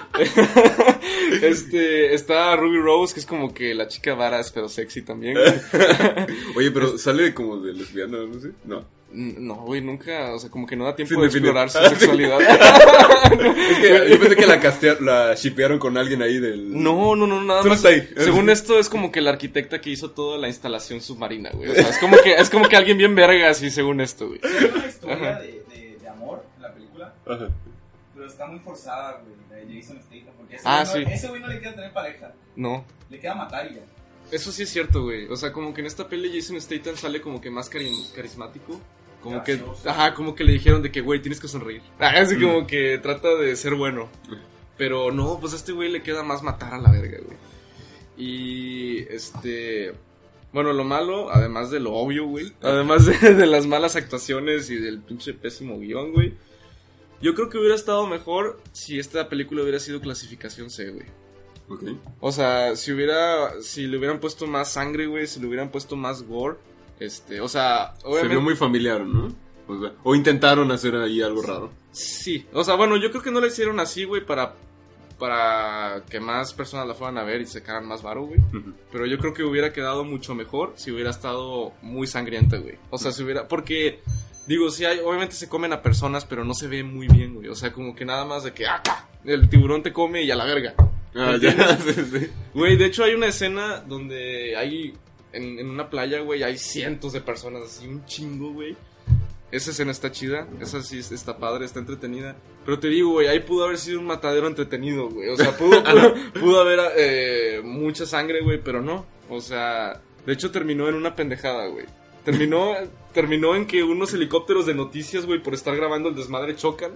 Este, está Ruby Rose, que es como que la chica varas, pero sexy también, güey. Oye, pero sale como de lesbiana, no sé. No. No, güey, nunca, o sea, como que no da tiempo Sin de definir. explorar su Ah, sí. sexualidad. Es que yo pensé que la castea, la shipearon con alguien ahí del. No, no, no, nada Solo más. está ahí. Según esto, es como que la arquitecta que hizo toda la instalación submarina, güey. O sea, es como que, es como que alguien bien verga, así, según esto, güey. Hay una historia Ajá. de, de, de amor en la película, Ajá. pero está muy forzada, güey, la de Jason Statham, porque ese, Ah, güey no, sí. ese güey no le queda tener pareja, No. le queda matar y ya. Eso sí es cierto, güey. O sea, como que en esta peli Jason Statham sale como que más cari- carismático. Como que, Gracioso. ajá, como que le dijeron de que, güey, tienes que sonreír. Ah, así Mm. como que trata de ser bueno. Pero no, pues a este güey le queda más matar a la verga, güey. Y, este... Bueno, lo malo, además de lo obvio, güey. Además de, de las malas actuaciones y del pinche pésimo guión, güey. Yo creo que hubiera estado mejor si esta película hubiera sido clasificación C, güey. Ok. O sea, si hubiera, si le hubieran puesto más sangre, güey, si le hubieran puesto más gore, este, o sea, Se obviamente... vio muy familiar, ¿no? O sea, o intentaron hacer ahí algo raro. Sí, o sea, bueno, yo creo que no la hicieron así, güey, para, para que más personas la fueran a ver y sacaran más varo, güey. Ujú. Pero yo creo que hubiera quedado mucho mejor si hubiera estado muy sangrienta, güey. O sea, si hubiera, porque... Digo, sí hay, obviamente se comen a personas, pero no se ve muy bien, güey. O sea, como que nada más de que, ¡ah! El tiburón te come y a la verga. Ah, ya, sí, sí. Güey, de hecho hay una escena donde hay, en, en una playa, güey, hay cientos de personas, así un chingo, güey. Esa escena está chida, esa sí está padre, está entretenida. Pero te digo, güey, ahí pudo haber sido un matadero entretenido, güey. O sea, pudo, pudo, pudo haber eh, mucha sangre, güey, pero no. O sea, de hecho terminó en una pendejada, güey. Terminó, terminó en que unos helicópteros de noticias, güey, por estar grabando el desmadre chocan.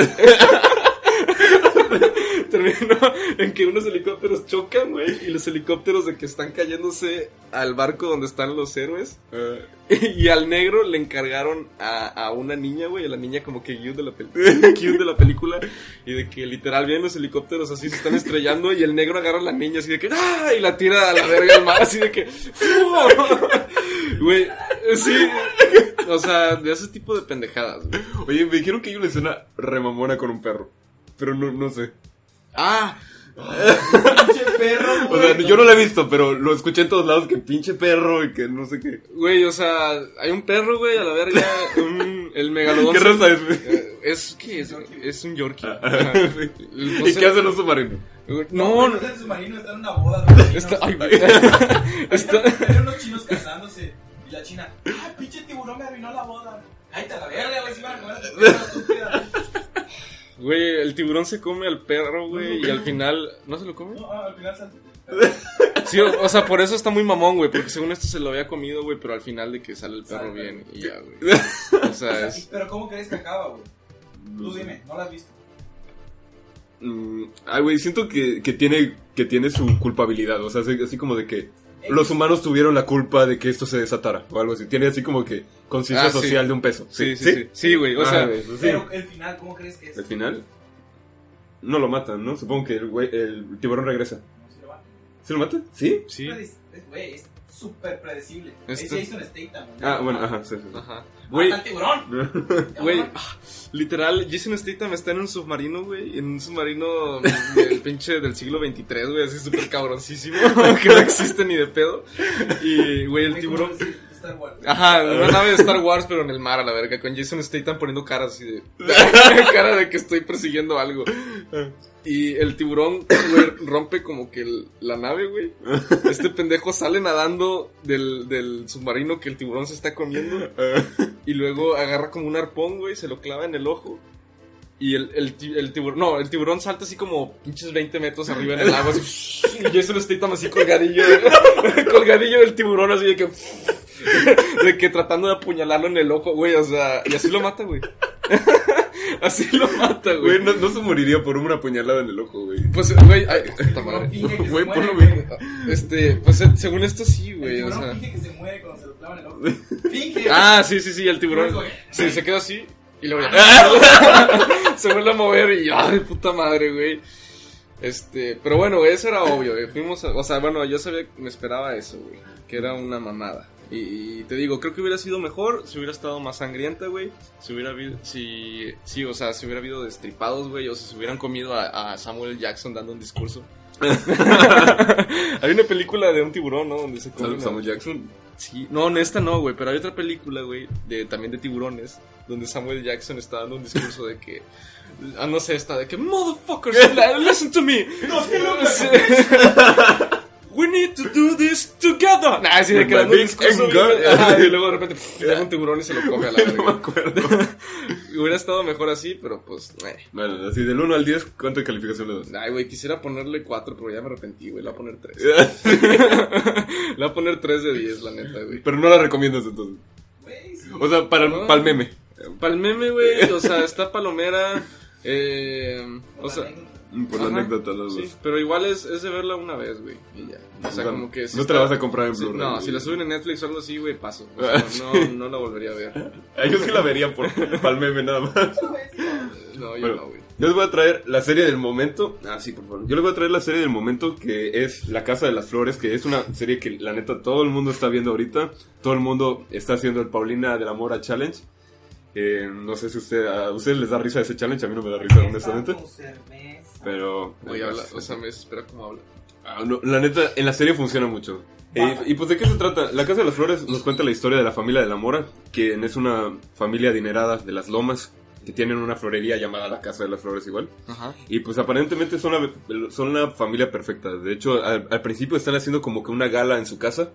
Terminó en que unos helicópteros chocan, güey, y los helicópteros de que están cayéndose al barco donde están los héroes. Ah, Y al negro le encargaron a, a una niña, güey, a la niña como que guión de, la pel- guión de la película. Y de que literal vienen los helicópteros así, se están estrellando. Y el negro agarra a la niña así de que ¡ah! Y la tira a la verga al mar, así de que ¡fu! Güey, sí. O sea, de ese tipo de pendejadas, güey. Oye, me dijeron que hay una escena remamona con un perro. Pero no, no sé. ¡Ah! Pinche perro, O güey. sea, yo no lo he visto, pero lo escuché en todos lados que pinche perro y que no sé qué. Güey, o sea, hay un perro, güey, a la verga. Un, el megalodón. ¿Qué se- raza es, güey? Eh, Es que es, es un Yorkie. Ah, Ajá. sí. El- ¿Y pues, qué hacen los submarinos? No, no, no. está en submarino, está en una boda. Los chinos. Está, ay, güey. Está... Está- Eran unos chinos casándose. Y la china, ¡ah, pinche tiburón me arruinó la boda! ¡Cállate a la verga, güey! Si van a comer a tu perra, estúpida. Güey, el tiburón se come al perro, güey, y al final... ¿No se lo come? No, ah, al final sal... Sí, o, o sea, por eso está muy mamón, güey, porque según esto se lo había comido, güey, pero al final de que sale el perro Sale. bien y ya, güey. O sea, es... Pero ¿cómo crees que acaba, güey? Tú dime, ¿no la has visto? Mm, ay, güey, siento que, que tiene que tiene su culpabilidad. O sea, así, así como de que los humanos tuvieron la culpa de que esto se desatara o algo así. Tiene así como que conciencia Ah, sí. social de un peso. Sí, sí, sí. Sí, güey, o Ah, sea... güey, pues sí. Pero el final, ¿cómo crees que es? Al final no lo matan, ¿no? Supongo que el, güey, el tiburón regresa. ¿Se lo mata? ¿Sí? Sí. Es, güey, es súper predecible. Este- Es Jason Statham. Ah, bueno, ajá, sí, sí. Ajá. Güey. Güey, ¡Al tiburón! güey, ah, literal, Jason Statham está en un submarino, güey, en un submarino del pinche del siglo veintitrés, güey, así súper cabroncísimo, que no existe ni de pedo. Y, güey, el tiburón... Star Wars. Ajá, una nave de Star Wars, pero en el mar, a la verga, con Jason Statham poniendo caras así de... cara de que estoy persiguiendo algo. Y el tiburón, güey, rompe como que el- la nave, güey. Este pendejo sale nadando del, del submarino que el tiburón se está comiendo. Y luego agarra como un arpón, güey, se lo clava en el ojo. Y el, el, ti- el tiburón, no, el tiburón salta así como pinches veinte metros arriba en el agua. Así, y Jason Statham así colgadillo, colgadillo del tiburón, así de que... de que tratando de apuñalarlo en el ojo, güey, o sea, y así lo mata, güey. Así lo mata, güey. Güey, no, no se moriría por una puñalada en el ojo, güey. Pues, güey, ay, puta madre. Finge que se Güey, muere, ponlo güey. bien. Este, pues eh, según esto sí, El güey, o tiburón sea. finge que se muere cuando se lo clavan en el ojo. Finge. Ah, sí, sí, sí, el tiburón. Güey. Sí, se queda así y luego ya. Se vuelve a mover y ay, puta madre, güey. Este, pero bueno, güey, eso era obvio, güey. Fuimos a, o sea, bueno, yo sabía, me esperaba eso, güey, que era una mamada. Y, y te digo, creo que hubiera sido mejor si hubiera estado más sangrienta, güey. Si hubiera habido, si, sí, o sea, si hubiera habido destripados, güey, o si se hubieran comido a, a Samuel Jackson dando un discurso. Hay una película de un tiburón, ¿no? Donde se come una- Samuel Jackson. Sí, no, en esta no, güey, pero hay otra película, güey, de, también de tiburones, donde Samuel Jackson está dando un discurso de que, ah, no sé, está de que, motherfuckers, listen to me. Sí. We need to do this together. Nah, así de With que my dando un big discurso, and güey, good. ajá, y luego de repente, pff, llega un tiburón y se lo come a la No me verga. acuerdo. Hubiera estado mejor así, pero pues, eh. Bueno, así del uno al diez, ¿cuánta calificación le das? Ay, güey, quisiera ponerle cuatro, pero ya me arrepentí, güey, le voy a poner tres. Le voy a poner tres de diez, la neta, güey. Pero no la recomiendas entonces. Güey, sí. O sea, para, No. para el meme. Para el meme, güey, o sea, está Palomera, eh, o sea, Por la ajá, anécdota, los sí, dos. pero igual es, es de verla una vez, güey, y ya. O sea, O sea, como que... si no te está- la vas a comprar en sí, Blu-ray, No, güey. si la suben en Netflix o algo así, güey, paso. O sea, no, no la volvería a ver. Ah, yo sí la vería por, para el meme nada más. No, yo Bueno, no, güey. yo les voy a traer la serie del momento. Ah, sí, por favor. Yo les voy a traer la serie del momento que es La Casa de las Flores, que es una serie que la neta todo el mundo está viendo ahorita. Todo el mundo está haciendo el Paulina de la Mora Challenge. Eh, no sé si usted, a ustedes les da risa ese challenge, a mí no me da risa, honestamente. Pero... Oye, habla, o sea, me desespera cómo habla. Ah, no, la neta, en la serie funciona mucho. Eh, y pues, ¿de qué se trata? La Casa de las Flores nos cuenta la historia de la familia de la Mora, que es una familia adinerada de las Lomas, que tienen una florería llamada la Casa de las Flores igual. Ajá. Y pues aparentemente son una, son una familia perfecta. De hecho, al, al principio están haciendo como que una gala en su casa.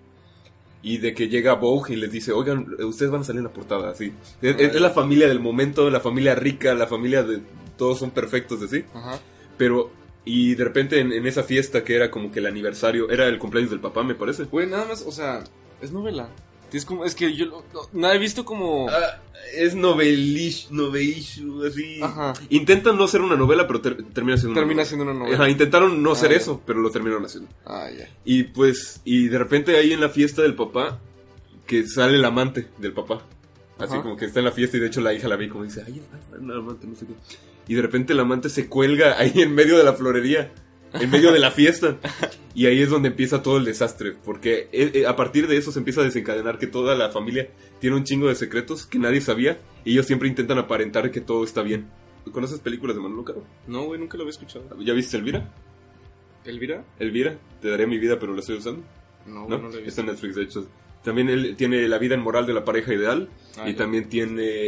Y de que llega Vogue y les dice, oigan, ustedes van a salir en la portada, así. Es, es- es la familia del momento, la familia rica, la familia de... Todos son perfectos, así. Ajá. Pero... Y de repente en, en esa fiesta que era como que el aniversario, era el cumpleaños del papá, me parece. Güey, nada más, o sea, es novela. Es como, es que yo no, no he visto como... Ah, es novelish, novelish, así. Ajá. Intentan no ser una novela, pero ter- termina siendo una Termina novela. siendo una novela. Ajá, intentaron no Ah, ser ya. eso, pero lo terminaron haciendo. Ah, ya. Y pues, y de repente ahí en la fiesta del papá, que sale el amante del papá. Así Ajá. como que está en la fiesta y de hecho la hija la ve como dice, ay, ay, el amante, no sé qué. Y de repente el amante se cuelga ahí en medio de la florería, en medio de la fiesta. Y ahí es donde empieza todo el desastre, porque eh, eh, a partir de eso se empieza a desencadenar que toda la familia tiene un chingo de secretos que nadie sabía y ellos siempre intentan aparentar que todo está bien. ¿Conoces películas de Manolo Caro? No, güey, nunca lo había escuchado. ¿Ya viste Elvira? ¿Elvira? Elvira, te daré mi vida pero la estoy usando. No, ¿No? güey, no lo he Está visto. en Netflix, de hecho. También él tiene La vida inmoral de la pareja ideal. Ah, y ya. también tiene,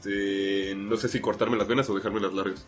este, no sé si cortarme las venas o dejarme las largas.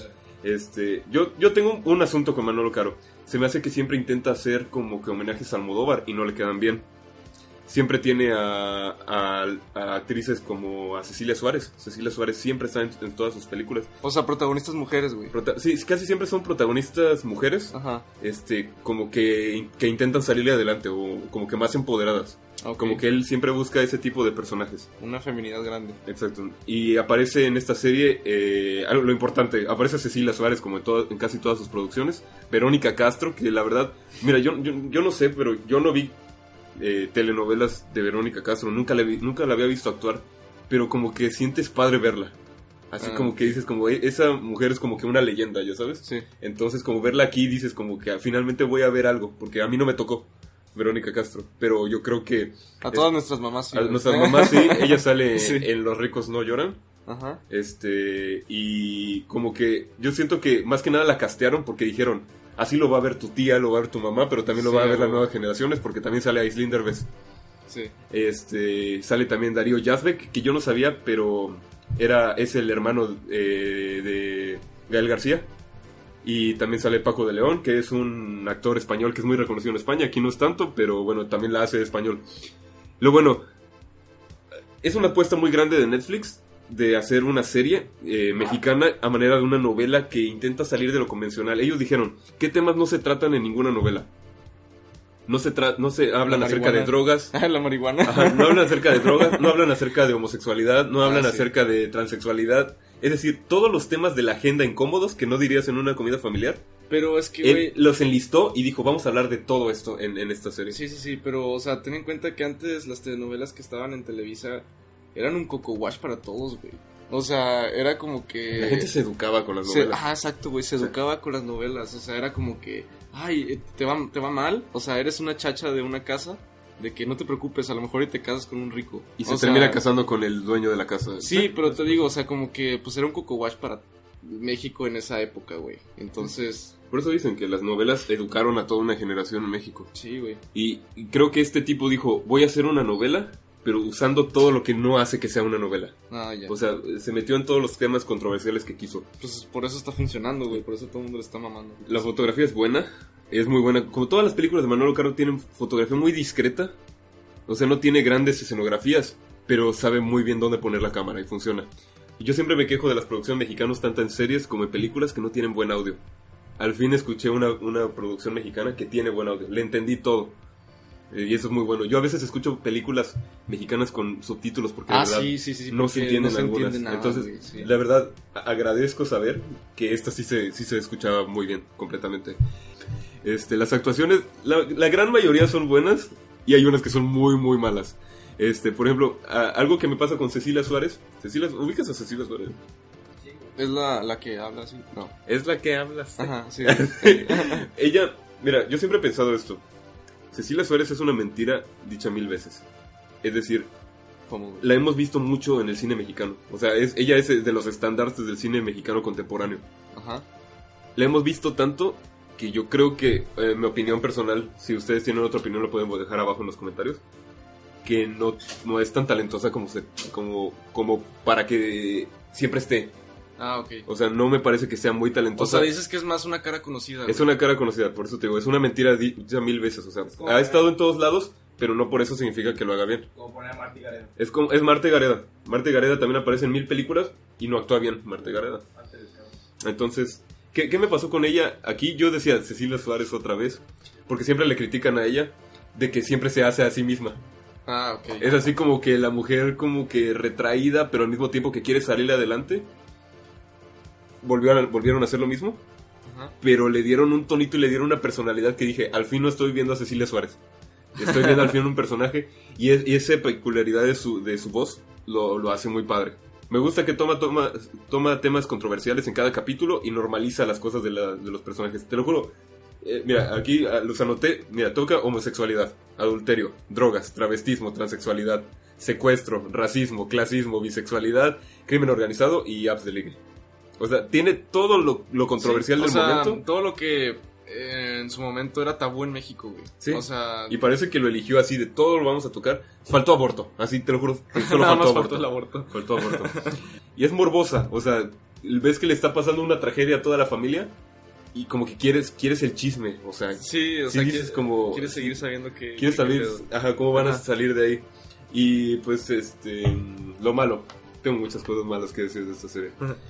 Este, yo, yo tengo un asunto con Manolo Caro. Se me hace que siempre intenta hacer como que homenajes a Almodóvar y no le quedan bien. Siempre tiene a, a, a actrices como a Cecilia Suárez. Cecilia Suárez siempre está en, en todas sus películas. O sea, protagonistas mujeres, güey. Prota- sí, casi siempre son protagonistas mujeres. Ajá. Este, como que, que intentan salirle adelante o como que más empoderadas. Ok. Como que él siempre busca ese tipo de personajes. Una feminidad grande. Exacto. Y aparece en esta serie, eh, algo lo importante, aparece Cecilia Suárez como en, todo- en casi todas sus producciones. Verónica Castro, que la verdad, mira, yo, yo, yo no sé, pero yo no vi eh, telenovelas de Verónica Castro. Nunca la, vi- nunca la había visto actuar, pero como que sientes padre verla. Así Ah, como ok. que dices, como "E- esa mujer es como que una leyenda, ¿ya sabes? Sí. Entonces, como verla aquí, dices como que ah, finalmente voy a ver algo, porque a mí no me tocó Verónica Castro, pero yo creo que A todas nuestras mamás sí. a güey. nuestras mamás sí, ella sale Sí. en Los ricos no lloran, Ajá. este, y como que yo siento que más que nada la castearon porque dijeron, así lo va a ver tu tía, lo va a ver tu mamá, pero también lo Sí, va a ver las güey. nuevas generaciones, porque también sale Aislinn Derbez. Sí. Este, sale también Darío Yazbek, que yo no sabía, pero era, es el hermano eh, de Gael García. Y también sale Paco de León, que es un actor español que es muy reconocido en España. Aquí no es tanto, pero bueno, también la hace de español. Lo bueno, es una apuesta muy grande de Netflix de hacer una serie eh, mexicana a manera de una novela que intenta salir de lo convencional. Ellos dijeron, ¿qué temas no se tratan en ninguna novela? No se, tra- no se hablan La acerca de marihuana. drogas. La marihuana. Ajá, no hablan acerca de drogas, no hablan acerca de homosexualidad, no hablan Ah, sí. acerca de transexualidad. Es decir, todos los temas de la agenda incómodos que no dirías en una comida familiar, Pero es que, él güey... los enlistó y dijo, vamos a hablar de todo esto en, en esta serie. Sí, sí, sí, pero, o sea, ten en cuenta que antes las telenovelas que estaban en Televisa eran un coco wash para todos, güey. O sea, era como que... La gente se educaba con las se- novelas. Ajá, exacto, güey, se O sea, educaba con las novelas. O sea, era como que, ay, eh, te va, te va mal. O sea, eres una chacha de una casa, de que no te preocupes, a lo mejor y te casas con un rico. y se O sea, termina casando con el dueño de la casa. Sí, pero te digo, o sea, como que, pues era un coco wash para México en esa época, güey. Entonces, Por eso dicen que las novelas educaron a toda una generación en México. sí, güey. Y y creo que este tipo dijo, voy a hacer una novela, pero usando todo lo que no hace que sea una novela. Ah, ya. O sea, se metió en todos los temas controversiales que quiso. Pues por eso está funcionando, güey. Por eso todo el mundo le está mamando. La fotografía es buena, es muy buena. Como todas las películas de Manolo Caro tienen fotografía muy discreta. O sea, no tiene grandes escenografías, pero sabe muy bien dónde poner la cámara y funciona. Y yo siempre me quejo de las producciones mexicanas, tanto en series como en películas, que no tienen buen audio. Al fin escuché una, una producción mexicana que tiene buen audio. Le entendí todo. Eh, y eso es muy bueno. Yo a veces escucho películas mexicanas con subtítulos porque de Ah, verdad sí, sí, sí. no se porque entienden no se algunas. entiende nada, Entonces, güey, sí. la verdad, a- agradezco saber que esta sí se, sí se escuchaba muy bien, completamente. Este, las actuaciones, la, la gran mayoría son buenas y hay unas que son muy, muy malas. Este, por ejemplo, a- algo que me pasa con Cecilia Suárez. Cecilia, ¿ubicas a Cecilia Suárez? Es la, la que habla así. No. Es la que hablas. Ajá, sí. Ella, mira, yo siempre he pensado esto. Cecilia Suárez es una mentira dicha mil veces. Es decir, ¿Cómo, güey? la hemos visto mucho en el cine mexicano. O sea, es, ella es de los estándares del cine mexicano contemporáneo. Ajá. La hemos visto tanto que yo creo que, eh, mi opinión personal, si ustedes tienen otra opinión lo pueden dejar abajo en los comentarios, que no, no es tan talentosa como, se, como, como para que siempre esté. Ah, ok. O sea, no me parece que sea muy O talentosa. sea, dices que es más una cara conocida. Es güey. una cara conocida, por eso te digo, es una mentira dicha mil veces. O sea, como- ha estado en todos lados, pero no por eso significa que lo haga bien. Como poner a Marty Gareda. Es como, es Marta Gareda. Marta Gareda también aparece en mil películas y no actúa bien Marta Gareda. Antes del cabo. Entonces, ¿qué, ¿qué me pasó con ella? Aquí yo decía Cecilia Suárez otra vez, porque siempre le critican a ella de que siempre se hace a sí misma. Ah, ok. Es así como que la mujer como que retraída, pero al mismo tiempo que quiere salir adelante. Volvieron, volvieron a hacer lo mismo, Ajá. pero le dieron un tonito y le dieron una personalidad que dije, al fin no estoy viendo a Cecilia Suárez. Estoy viendo al fin un personaje y, es, y esa peculiaridad de su, de su voz lo, lo hace muy padre. Me gusta que toma, toma, toma temas controversiales en cada capítulo y normaliza las cosas de, la, de los personajes. Te lo juro. Eh, mira, aquí ah, los anoté. Mira, toca homosexualidad, adulterio, drogas, travestismo, transexualidad, secuestro, racismo, clasismo, bisexualidad, crimen organizado y apps de ligue. O sea, tiene todo lo, lo controversial Sí, o del sea, momento. todo lo que eh, en su momento era tabú en México, güey. Sí. O sea, Y parece que lo eligió así, de todo lo vamos a tocar. Faltó aborto, así te lo juro. Solo nada faltó más aborto. faltó el aborto. Faltó aborto. Y es morbosa, o sea, ves que le está pasando una tragedia a toda la familia y como que quieres quieres el chisme, o sea, Sí, o sí sea, dices quieres, como- quieres seguir sabiendo que... quieres que- saber, que- ajá, cómo van a Ajá. salir de ahí. Y pues, este, lo malo, tengo muchas cosas malas que decir de esta serie.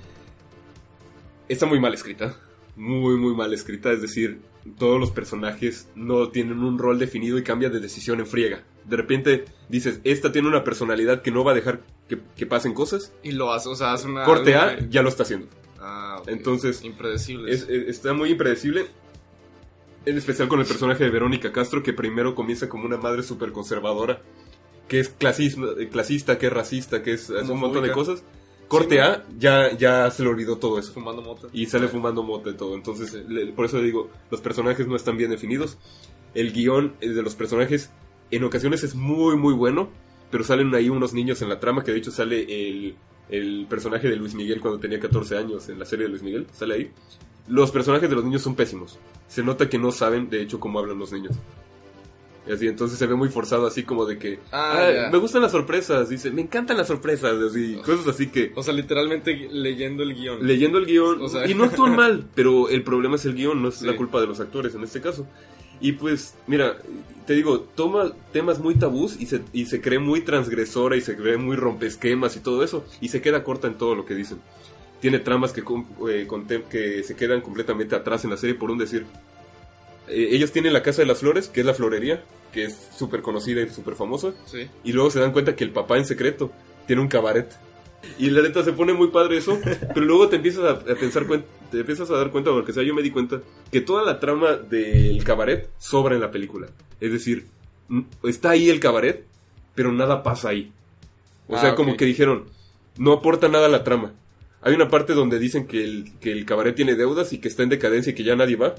Está muy mal escrita, muy, muy mal escrita, es decir, todos los personajes no tienen un rol definido y cambian de decisión en friega. De repente dices, esta tiene una personalidad que no va a dejar que, que pasen cosas. Y lo hace, o sea, hace una... Corte algo A, que- ya lo está haciendo. Ah, ok. Entonces, Impredecible. Es- es- está muy impredecible. En especial con el personaje de Verónica Castro, que primero comienza como una madre súper conservadora, que es clasismo- eh, clasista, que es racista, que es hace un montón de Homofóbica. cosas. Corte A, ya, ya se le olvidó todo eso. Fumando mota. Y sale fumando mota y todo. Entonces, le, por eso le digo, los personajes no están bien definidos. El guión de los personajes en ocasiones es muy, muy bueno. Pero salen ahí unos niños en la trama, que de hecho sale el, el personaje de Luis Miguel cuando tenía catorce años en la serie de Luis Miguel. Sale ahí. Los personajes de los niños son pésimos. Se nota que no saben, de hecho, cómo hablan los niños. Y así, entonces se ve muy forzado, así como de que... Ah, ah, me gustan las sorpresas, dice, me encantan las sorpresas, así, cosas así que... O sea, literalmente leyendo el guión. Leyendo el guión, o sea... y no actúan mal, pero el problema es el guión, no es sí. la culpa de los actores en este caso. Y pues, mira, te digo, toma temas muy tabús y se, y se cree muy transgresora y se cree muy rompesquemas y todo eso, y se queda corta en todo lo que dicen. Tiene tramas que, eh, que se quedan completamente atrás en la serie, por un decir... Eh, ellos tienen la Casa de las Flores, que es la florería, que es súper conocida y súper famosa. Sí. Y luego se dan cuenta que el papá en secreto tiene un cabaret. Y la neta se pone muy padre eso, pero luego te empiezas a, a pensar, te empiezas a dar cuenta, porque o sea, yo me di cuenta que toda la trama del cabaret sobra en la película. Es decir, está ahí el cabaret, pero nada pasa ahí. O ah, sea, okay. como que dijeron, no aporta nada a la trama. Hay una parte donde dicen que el, que el cabaret tiene deudas y que está en decadencia y que ya nadie va.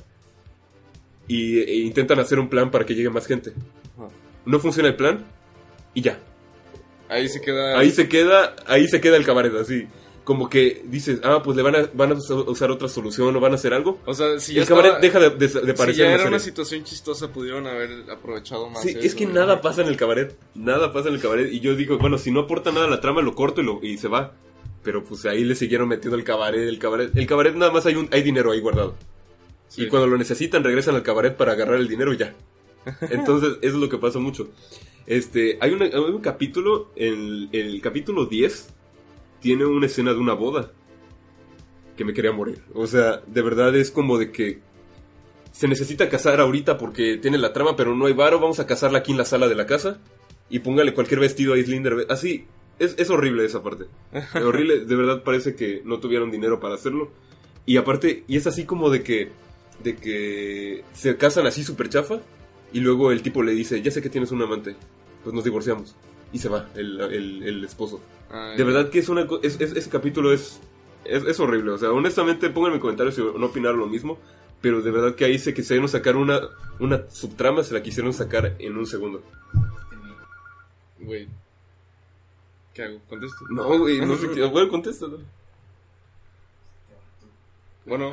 Y e intentan hacer un plan para que llegue más gente. No funciona el plan y ya. Ahí se queda. Ahí se queda, ahí se queda el cabaret, así. Como que dices, ah, pues le van a, van a usar otra solución o van a hacer algo. O sea, si ya el cabaret estaba, deja de, de, de parecer. Si ya era una una situación chistosa, pudieron haber aprovechado más. Sí, eso, es que ¿no? nada pasa en el cabaret. Nada pasa en el cabaret. Y yo digo, bueno, si no aporta nada a la trama, lo corto y, lo, y se va. Pero pues ahí le siguieron metiendo el cabaret, el cabaret. El cabaret nada más hay un, hay dinero ahí guardado. Sí. Y cuando lo necesitan regresan al cabaret para agarrar el dinero y ya. Entonces, eso es lo que pasa mucho. Este, hay, una, hay un capítulo, el, el capítulo diez tiene una escena de una boda que me quería morir. O sea, de verdad es como de que se necesita casar ahorita porque tiene la trama, pero no hay varo, vamos a casarla aquí en la sala de la casa y póngale cualquier vestido a Islinder. Así, es, es horrible esa parte. Es horrible, de verdad parece que no tuvieron dinero para hacerlo. Y aparte, y es así como de que de que se casan así súper chafa y luego el tipo le dice, ya sé que tienes un amante, pues nos divorciamos. Y se va el, el, el esposo. Ay, de verdad que es una es, es, ese capítulo es, es es horrible. O sea, honestamente, pónganme en comentarios si no opinaron lo mismo. Pero de verdad que ahí se quisieron sacar una, una subtrama, se la quisieron sacar en un segundo. Güey, ¿qué hago? ¿Contesto? No, güey, no sé qué. Bueno, contesta, ¿no? Bueno.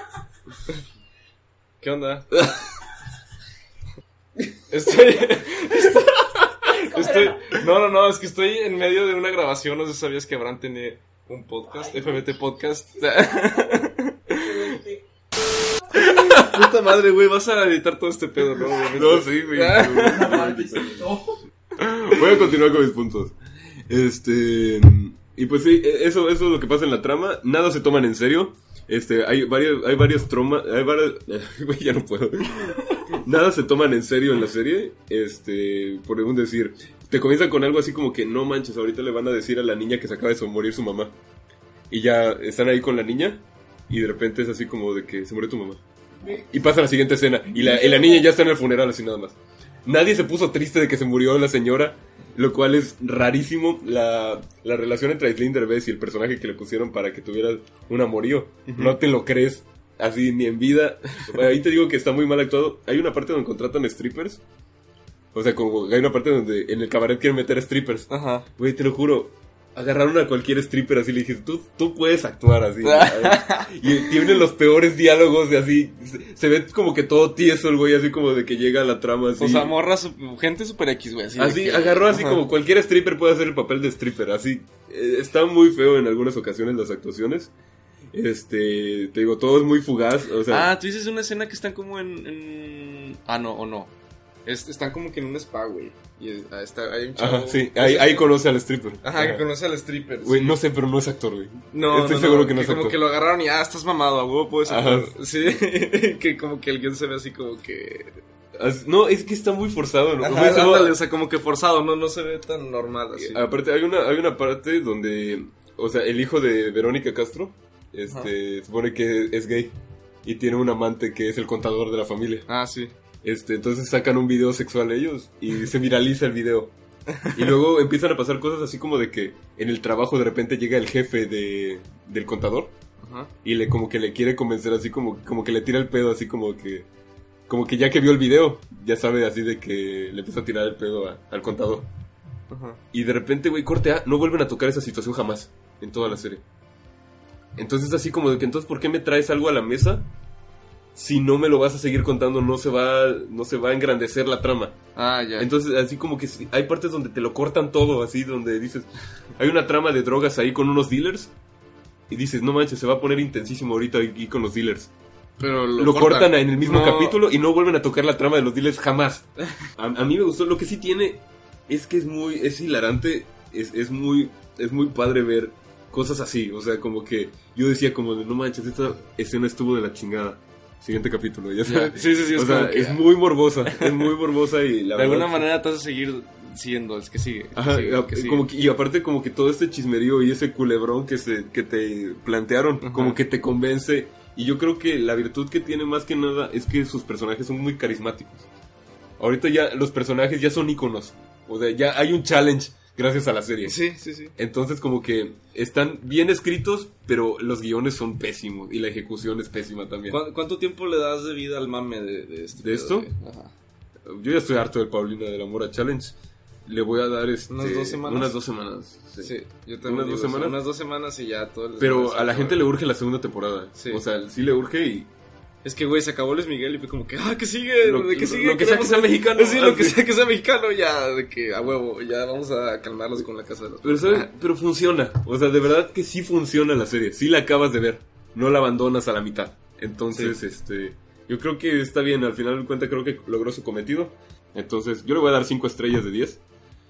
¿Qué onda? Estoy, estoy, estoy... No, no, no, es que estoy en medio de una grabación. No sé si sabías que Abraham tenía un podcast, F B T Podcast. Puta madre, güey, vas a editar todo este pedo, ¿no? Obviamente. No, sí, güey. Voy a continuar con mis puntos. Este... Y pues sí, eso, eso es lo que pasa en la trama. Nada se toman en serio. Este, hay varios, hay varios tromas, hay varios, ya no puedo. Nada se toman en serio en la serie. Este, por un decir, te comienzan con algo así como que no manches, ahorita le van a decir a la niña que se acaba de morir su mamá. Y ya están ahí con la niña y de repente es así como de que se murió tu mamá. Y pasa la siguiente escena y la, y la niña ya está en el funeral así nada más. Nadie se puso triste de que se murió la señora. Lo cual es rarísimo. La, la relación entre Aislinn Derbez y el personaje que le pusieron para que tuviera un amorío. Uh-huh. No te lo crees así ni en vida. Ahí te digo que está muy mal actuado. Hay una parte donde contratan strippers. O sea, como hay una parte donde en el cabaret quieren meter strippers. Ajá. Güey, te lo juro. Agarraron a cualquier stripper así y le dije, tú, tú puedes actuar así. Y tienen los peores diálogos de así. Se, se ve como que todo tieso el güey, así como de que llega a la trama así. O sea, morras, gente super X, güey. Así, así que... agarró así Ajá. como cualquier stripper puede hacer el papel de stripper. Así, eh, está muy feo en algunas ocasiones las actuaciones. Este, te digo, todo es muy fugaz. O sea, ah, tú dices una escena que están como en... en... Ah, no, o no. Es, están como que en un spa, güey. Y está, hay un chavo. Ajá, sí, ahí, ahí conoce al stripper. Ajá, Ajá, que conoce al stripper. Güey, sí. No sé, pero no es actor, güey. No, estoy no, seguro no, que no que es como actor. que lo agarraron y ah, estás mamado, a huevo, puedes Ajá. Sí, que como que el guión se ve así como que... No, es que está muy forzado, ¿no? Ajá, Ajá, ándale, o sea, como que forzado, no, no se ve tan normal así. Aparte, hay una, hay una parte donde, o sea, el hijo de Verónica Castro, este, Ajá. supone que es gay y tiene un amante que es el contador de la familia. Ah, sí. Este, entonces sacan un video sexual ellos y se viraliza el video. Y luego empiezan a pasar cosas así como de que en el trabajo de repente llega el jefe de, del contador. Ajá. Y le como que le quiere convencer así como, como que le tira el pedo así como que... Como que ya que vio el video, ya sabe así de que le empieza a tirar el pedo a, al contador. Ajá. Y de repente, güey, corte A, no vuelven a tocar esa situación jamás en toda la serie. Entonces así como de que, entonces, ¿por qué me traes algo a la mesa? Si no me lo vas a seguir contando, no se va, no se va a engrandecer la trama. Ah, ya. Entonces, así como que hay partes donde te lo cortan todo, así, donde dices... Hay una trama de drogas ahí con unos dealers. Y dices, no manches, se va a poner intensísimo ahorita aquí con los dealers. Pero lo, lo cortan. cortan en el mismo no. capítulo y no vuelven a tocar la trama de los dealers jamás. A, a mí me gustó. Lo que sí tiene es que es muy... Es hilarante. Es, es muy... Es muy padre ver cosas así. O sea, como que... Yo decía como de, no manches, esta escena estuvo de la chingada. Siguiente capítulo, ya sabes. Yeah. Sí, sí, sí. Es, o sea, que, es muy morbosa. Es muy morbosa y la de verdad... alguna manera te hace seguir siendo, es que sigue. Que Ajá, sigue, que sigue. Como que, y aparte como que todo este chismerío y ese culebrón que, se, que te plantearon, ajá, como que te convence. Y yo creo que la virtud que tiene más que nada es que sus personajes son muy carismáticos. Ahorita ya los personajes ya son íconos. O sea, ya hay un challenge gracias a la serie. Sí, sí, sí. Entonces como que están bien escritos, pero los guiones son pésimos y la ejecución es pésima también. ¿Cu- ¿Cuánto tiempo le das de vida al mame de, de, este ¿De esto? De... Ajá. Yo ya estoy harto del Paulina del Amor Challenge. Le voy a dar este, unas dos semanas. Unas dos semanas. Sí, sí yo también unas digo, dos semanas. Unas dos semanas y ya todo. Pero a la gente le urge la segunda temporada. Sí. O sea, sí le urge y... Es que, güey, se acabó Luis Miguel y fue como que, ah, ¿qué sigue? Lo, ¿De qué sigue? Lo que sea que sea mexicano. Sí, lo que sea que sea mexicano, ya, de que, a huevo, ya vamos a calmarlos con la casa de los... Pero, ¿sabes? Pero funciona. O sea, de verdad que sí funciona la serie. Sí la acabas de ver. No la abandonas a la mitad. Entonces, sí. este... Yo creo que está bien. Al final de cuentas creo que logró su cometido. Entonces, yo le voy a dar cinco estrellas de diez.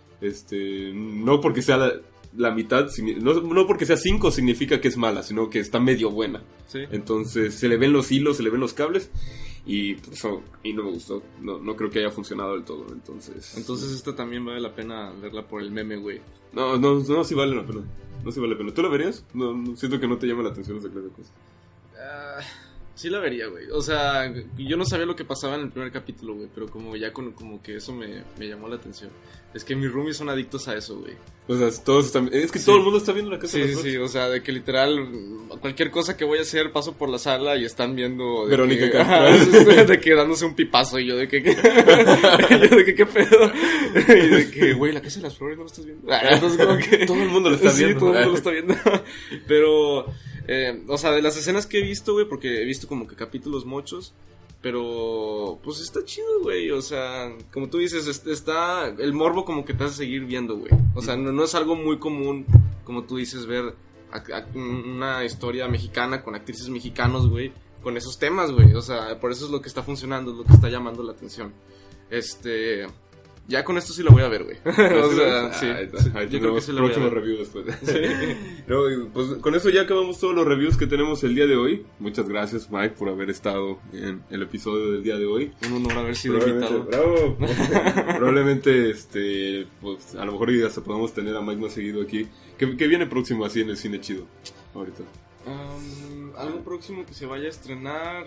Este... No porque sea la... La mitad, no, no porque sea cinco significa que es mala, sino que está medio buena. Sí. Entonces se le ven los hilos, se le ven los cables. Y pues oh, y no me gustó. No, no creo que haya funcionado del todo. Entonces Entonces esta también vale la pena verla por el meme, güey. No, no, no, sí vale la pena. No sí vale la pena. ¿Tú la verías? No, no siento que no te llama la atención esa clase de cosas. Uh, sí la vería, güey. O sea, yo no sabía lo que pasaba en el primer capítulo, güey. Pero como ya con, como que eso me, me llamó la atención. Es que mis roomies son adictos a eso, güey. O sea, todos están... Es que sí. Todo el mundo está viendo la casa sí, de las Sí, sí, o sea, de que literal cualquier cosa que voy a hacer paso por la sala y están viendo... De Verónica que, Castro. De que dándose un pipazo y yo de que... que yo de que qué pedo. Y de que, güey, la casa de las flores no lo estás viendo. Entonces como que... Todo el mundo lo está viendo. Sí, todo el mundo lo está viendo. Pero, eh, o sea, de las escenas que he visto, güey, porque he visto como que capítulos muchos... Pero, pues está chido, güey. O sea, como tú dices, está el morbo como que te hace seguir viendo, güey. O sea, no, no es algo muy común, como tú dices, ver a, a una historia mexicana con actrices mexicanos, güey, con esos temas, güey. O sea, por eso es lo que está funcionando, es lo que está llamando la atención. Este... Ya con esto sí lo voy a ver, güey. O sea, sí. Ahí está. Ahí yo creo que sí lo voy a ver. Próximo review después. Sí. No, pues con eso ya acabamos todos los reviews que tenemos el día de hoy. Muchas gracias, Mike, por haber estado en el episodio del día de hoy. Un honor haber sido invitado. Bravo. Probablemente, este, pues a lo mejor ya hasta podamos tener a Mike más seguido aquí. ¿Qué, qué viene próximo así en el cine chido ahorita? Um, algo próximo que se vaya a estrenar,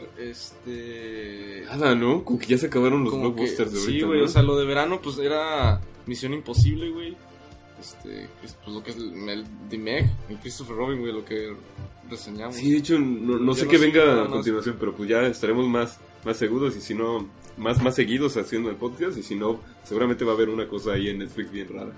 este... Nada, ¿no? Como que ya se acabaron los Como blockbusters que, de ahorita, sí, güey, ¿no? O sea, lo de verano, pues era Misión Imposible, güey. Este, pues lo que es el, el The Meg y Christopher Robin, güey, lo que reseñamos. Sí, de hecho, no, no sé no qué sé venga a continuación, pero pues ya estaremos más, más seguros y si no, más, más seguidos haciendo el podcast y si no, seguramente va a haber una cosa ahí en Netflix bien rara.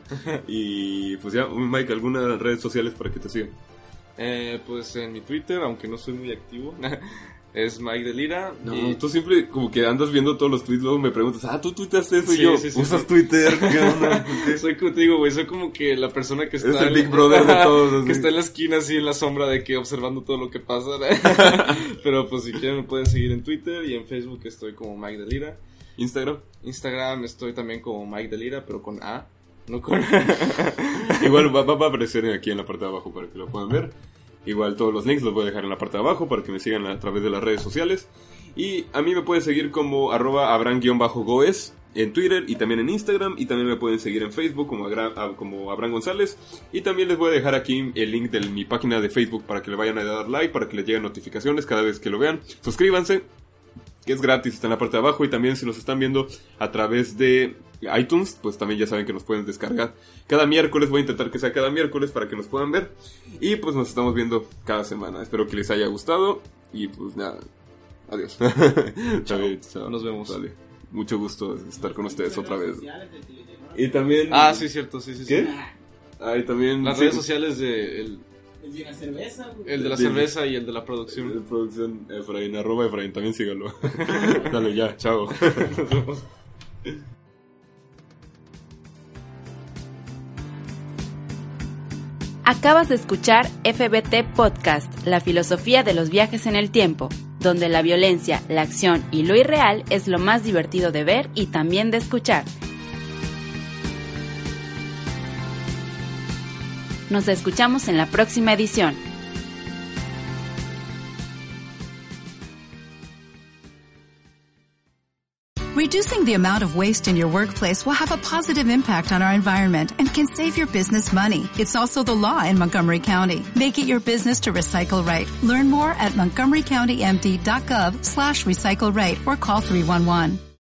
Y pues ya, Mike, ¿algunas redes sociales para que te sigan? Eh, pues en mi Twitter, aunque no soy muy activo, es Mike Delira. No, y... tú siempre como que andas viendo todos los tweets, luego me preguntas, ah, tú tuiteaste eso sí, y yo, sí, sí, ¿usas sí. Twitter? ¿Qué onda? ¿Qué? Soy como te digo, güey, soy como que la persona que está... Es el en... Big Brother de todos. Así. Que está en la esquina así en la sombra de que observando todo lo que pasa. Pero pues si quieren me pueden seguir en Twitter y en Facebook estoy como Mike Delira. Instagram. Instagram estoy también como Mike Delira, pero con A, no con... Igual va, va a aparecer aquí en la parte de abajo para que lo puedan ver. Igual todos los links los voy a dejar en la parte de abajo para que me sigan a través de las redes sociales. Y a mí me pueden seguir como arroba abran-goes en Twitter y también en Instagram. Y también me pueden seguir en Facebook como, Agra- como Abraham González. Y también les voy a dejar aquí el link de mi página de Facebook para que le vayan a dar like, para que les lleguen notificaciones cada vez que lo vean. Suscríbanse, que es gratis, está en la parte de abajo. Y también si nos están viendo a través de iTunes, pues también ya saben que nos pueden descargar cada miércoles. Voy a intentar que sea cada miércoles para que nos puedan ver. Y pues nos estamos viendo cada semana. Espero que les haya gustado. Y pues nada, adiós. Chao. David, chao. Nos vemos. Vale. Mucho gusto estar con ustedes otra vez. Y también... Ah, sí, cierto, sí, sí. ¿Qué? sí. Ah, y también... Las sí, redes sociales de... El, El de la cerveza, güey. el de la Sí. cerveza y el de la de producción. producción Efraín, arroba Efraín, también sígalo. Dale ya, chao. Nos vemos. Acabas de escuchar F B T Podcast, la filosofía de los viajes en el tiempo, donde la violencia, la acción y lo irreal es lo más divertido de ver y también de escuchar. Nos escuchamos en la próxima edición. Reducing the amount of waste in your workplace will have a positive impact on our environment and can save your business money. It's also the law in Montgomery County. Make it your business to recycle right. Learn more at montgomery county m d dot gov slash recycle right or call three one one.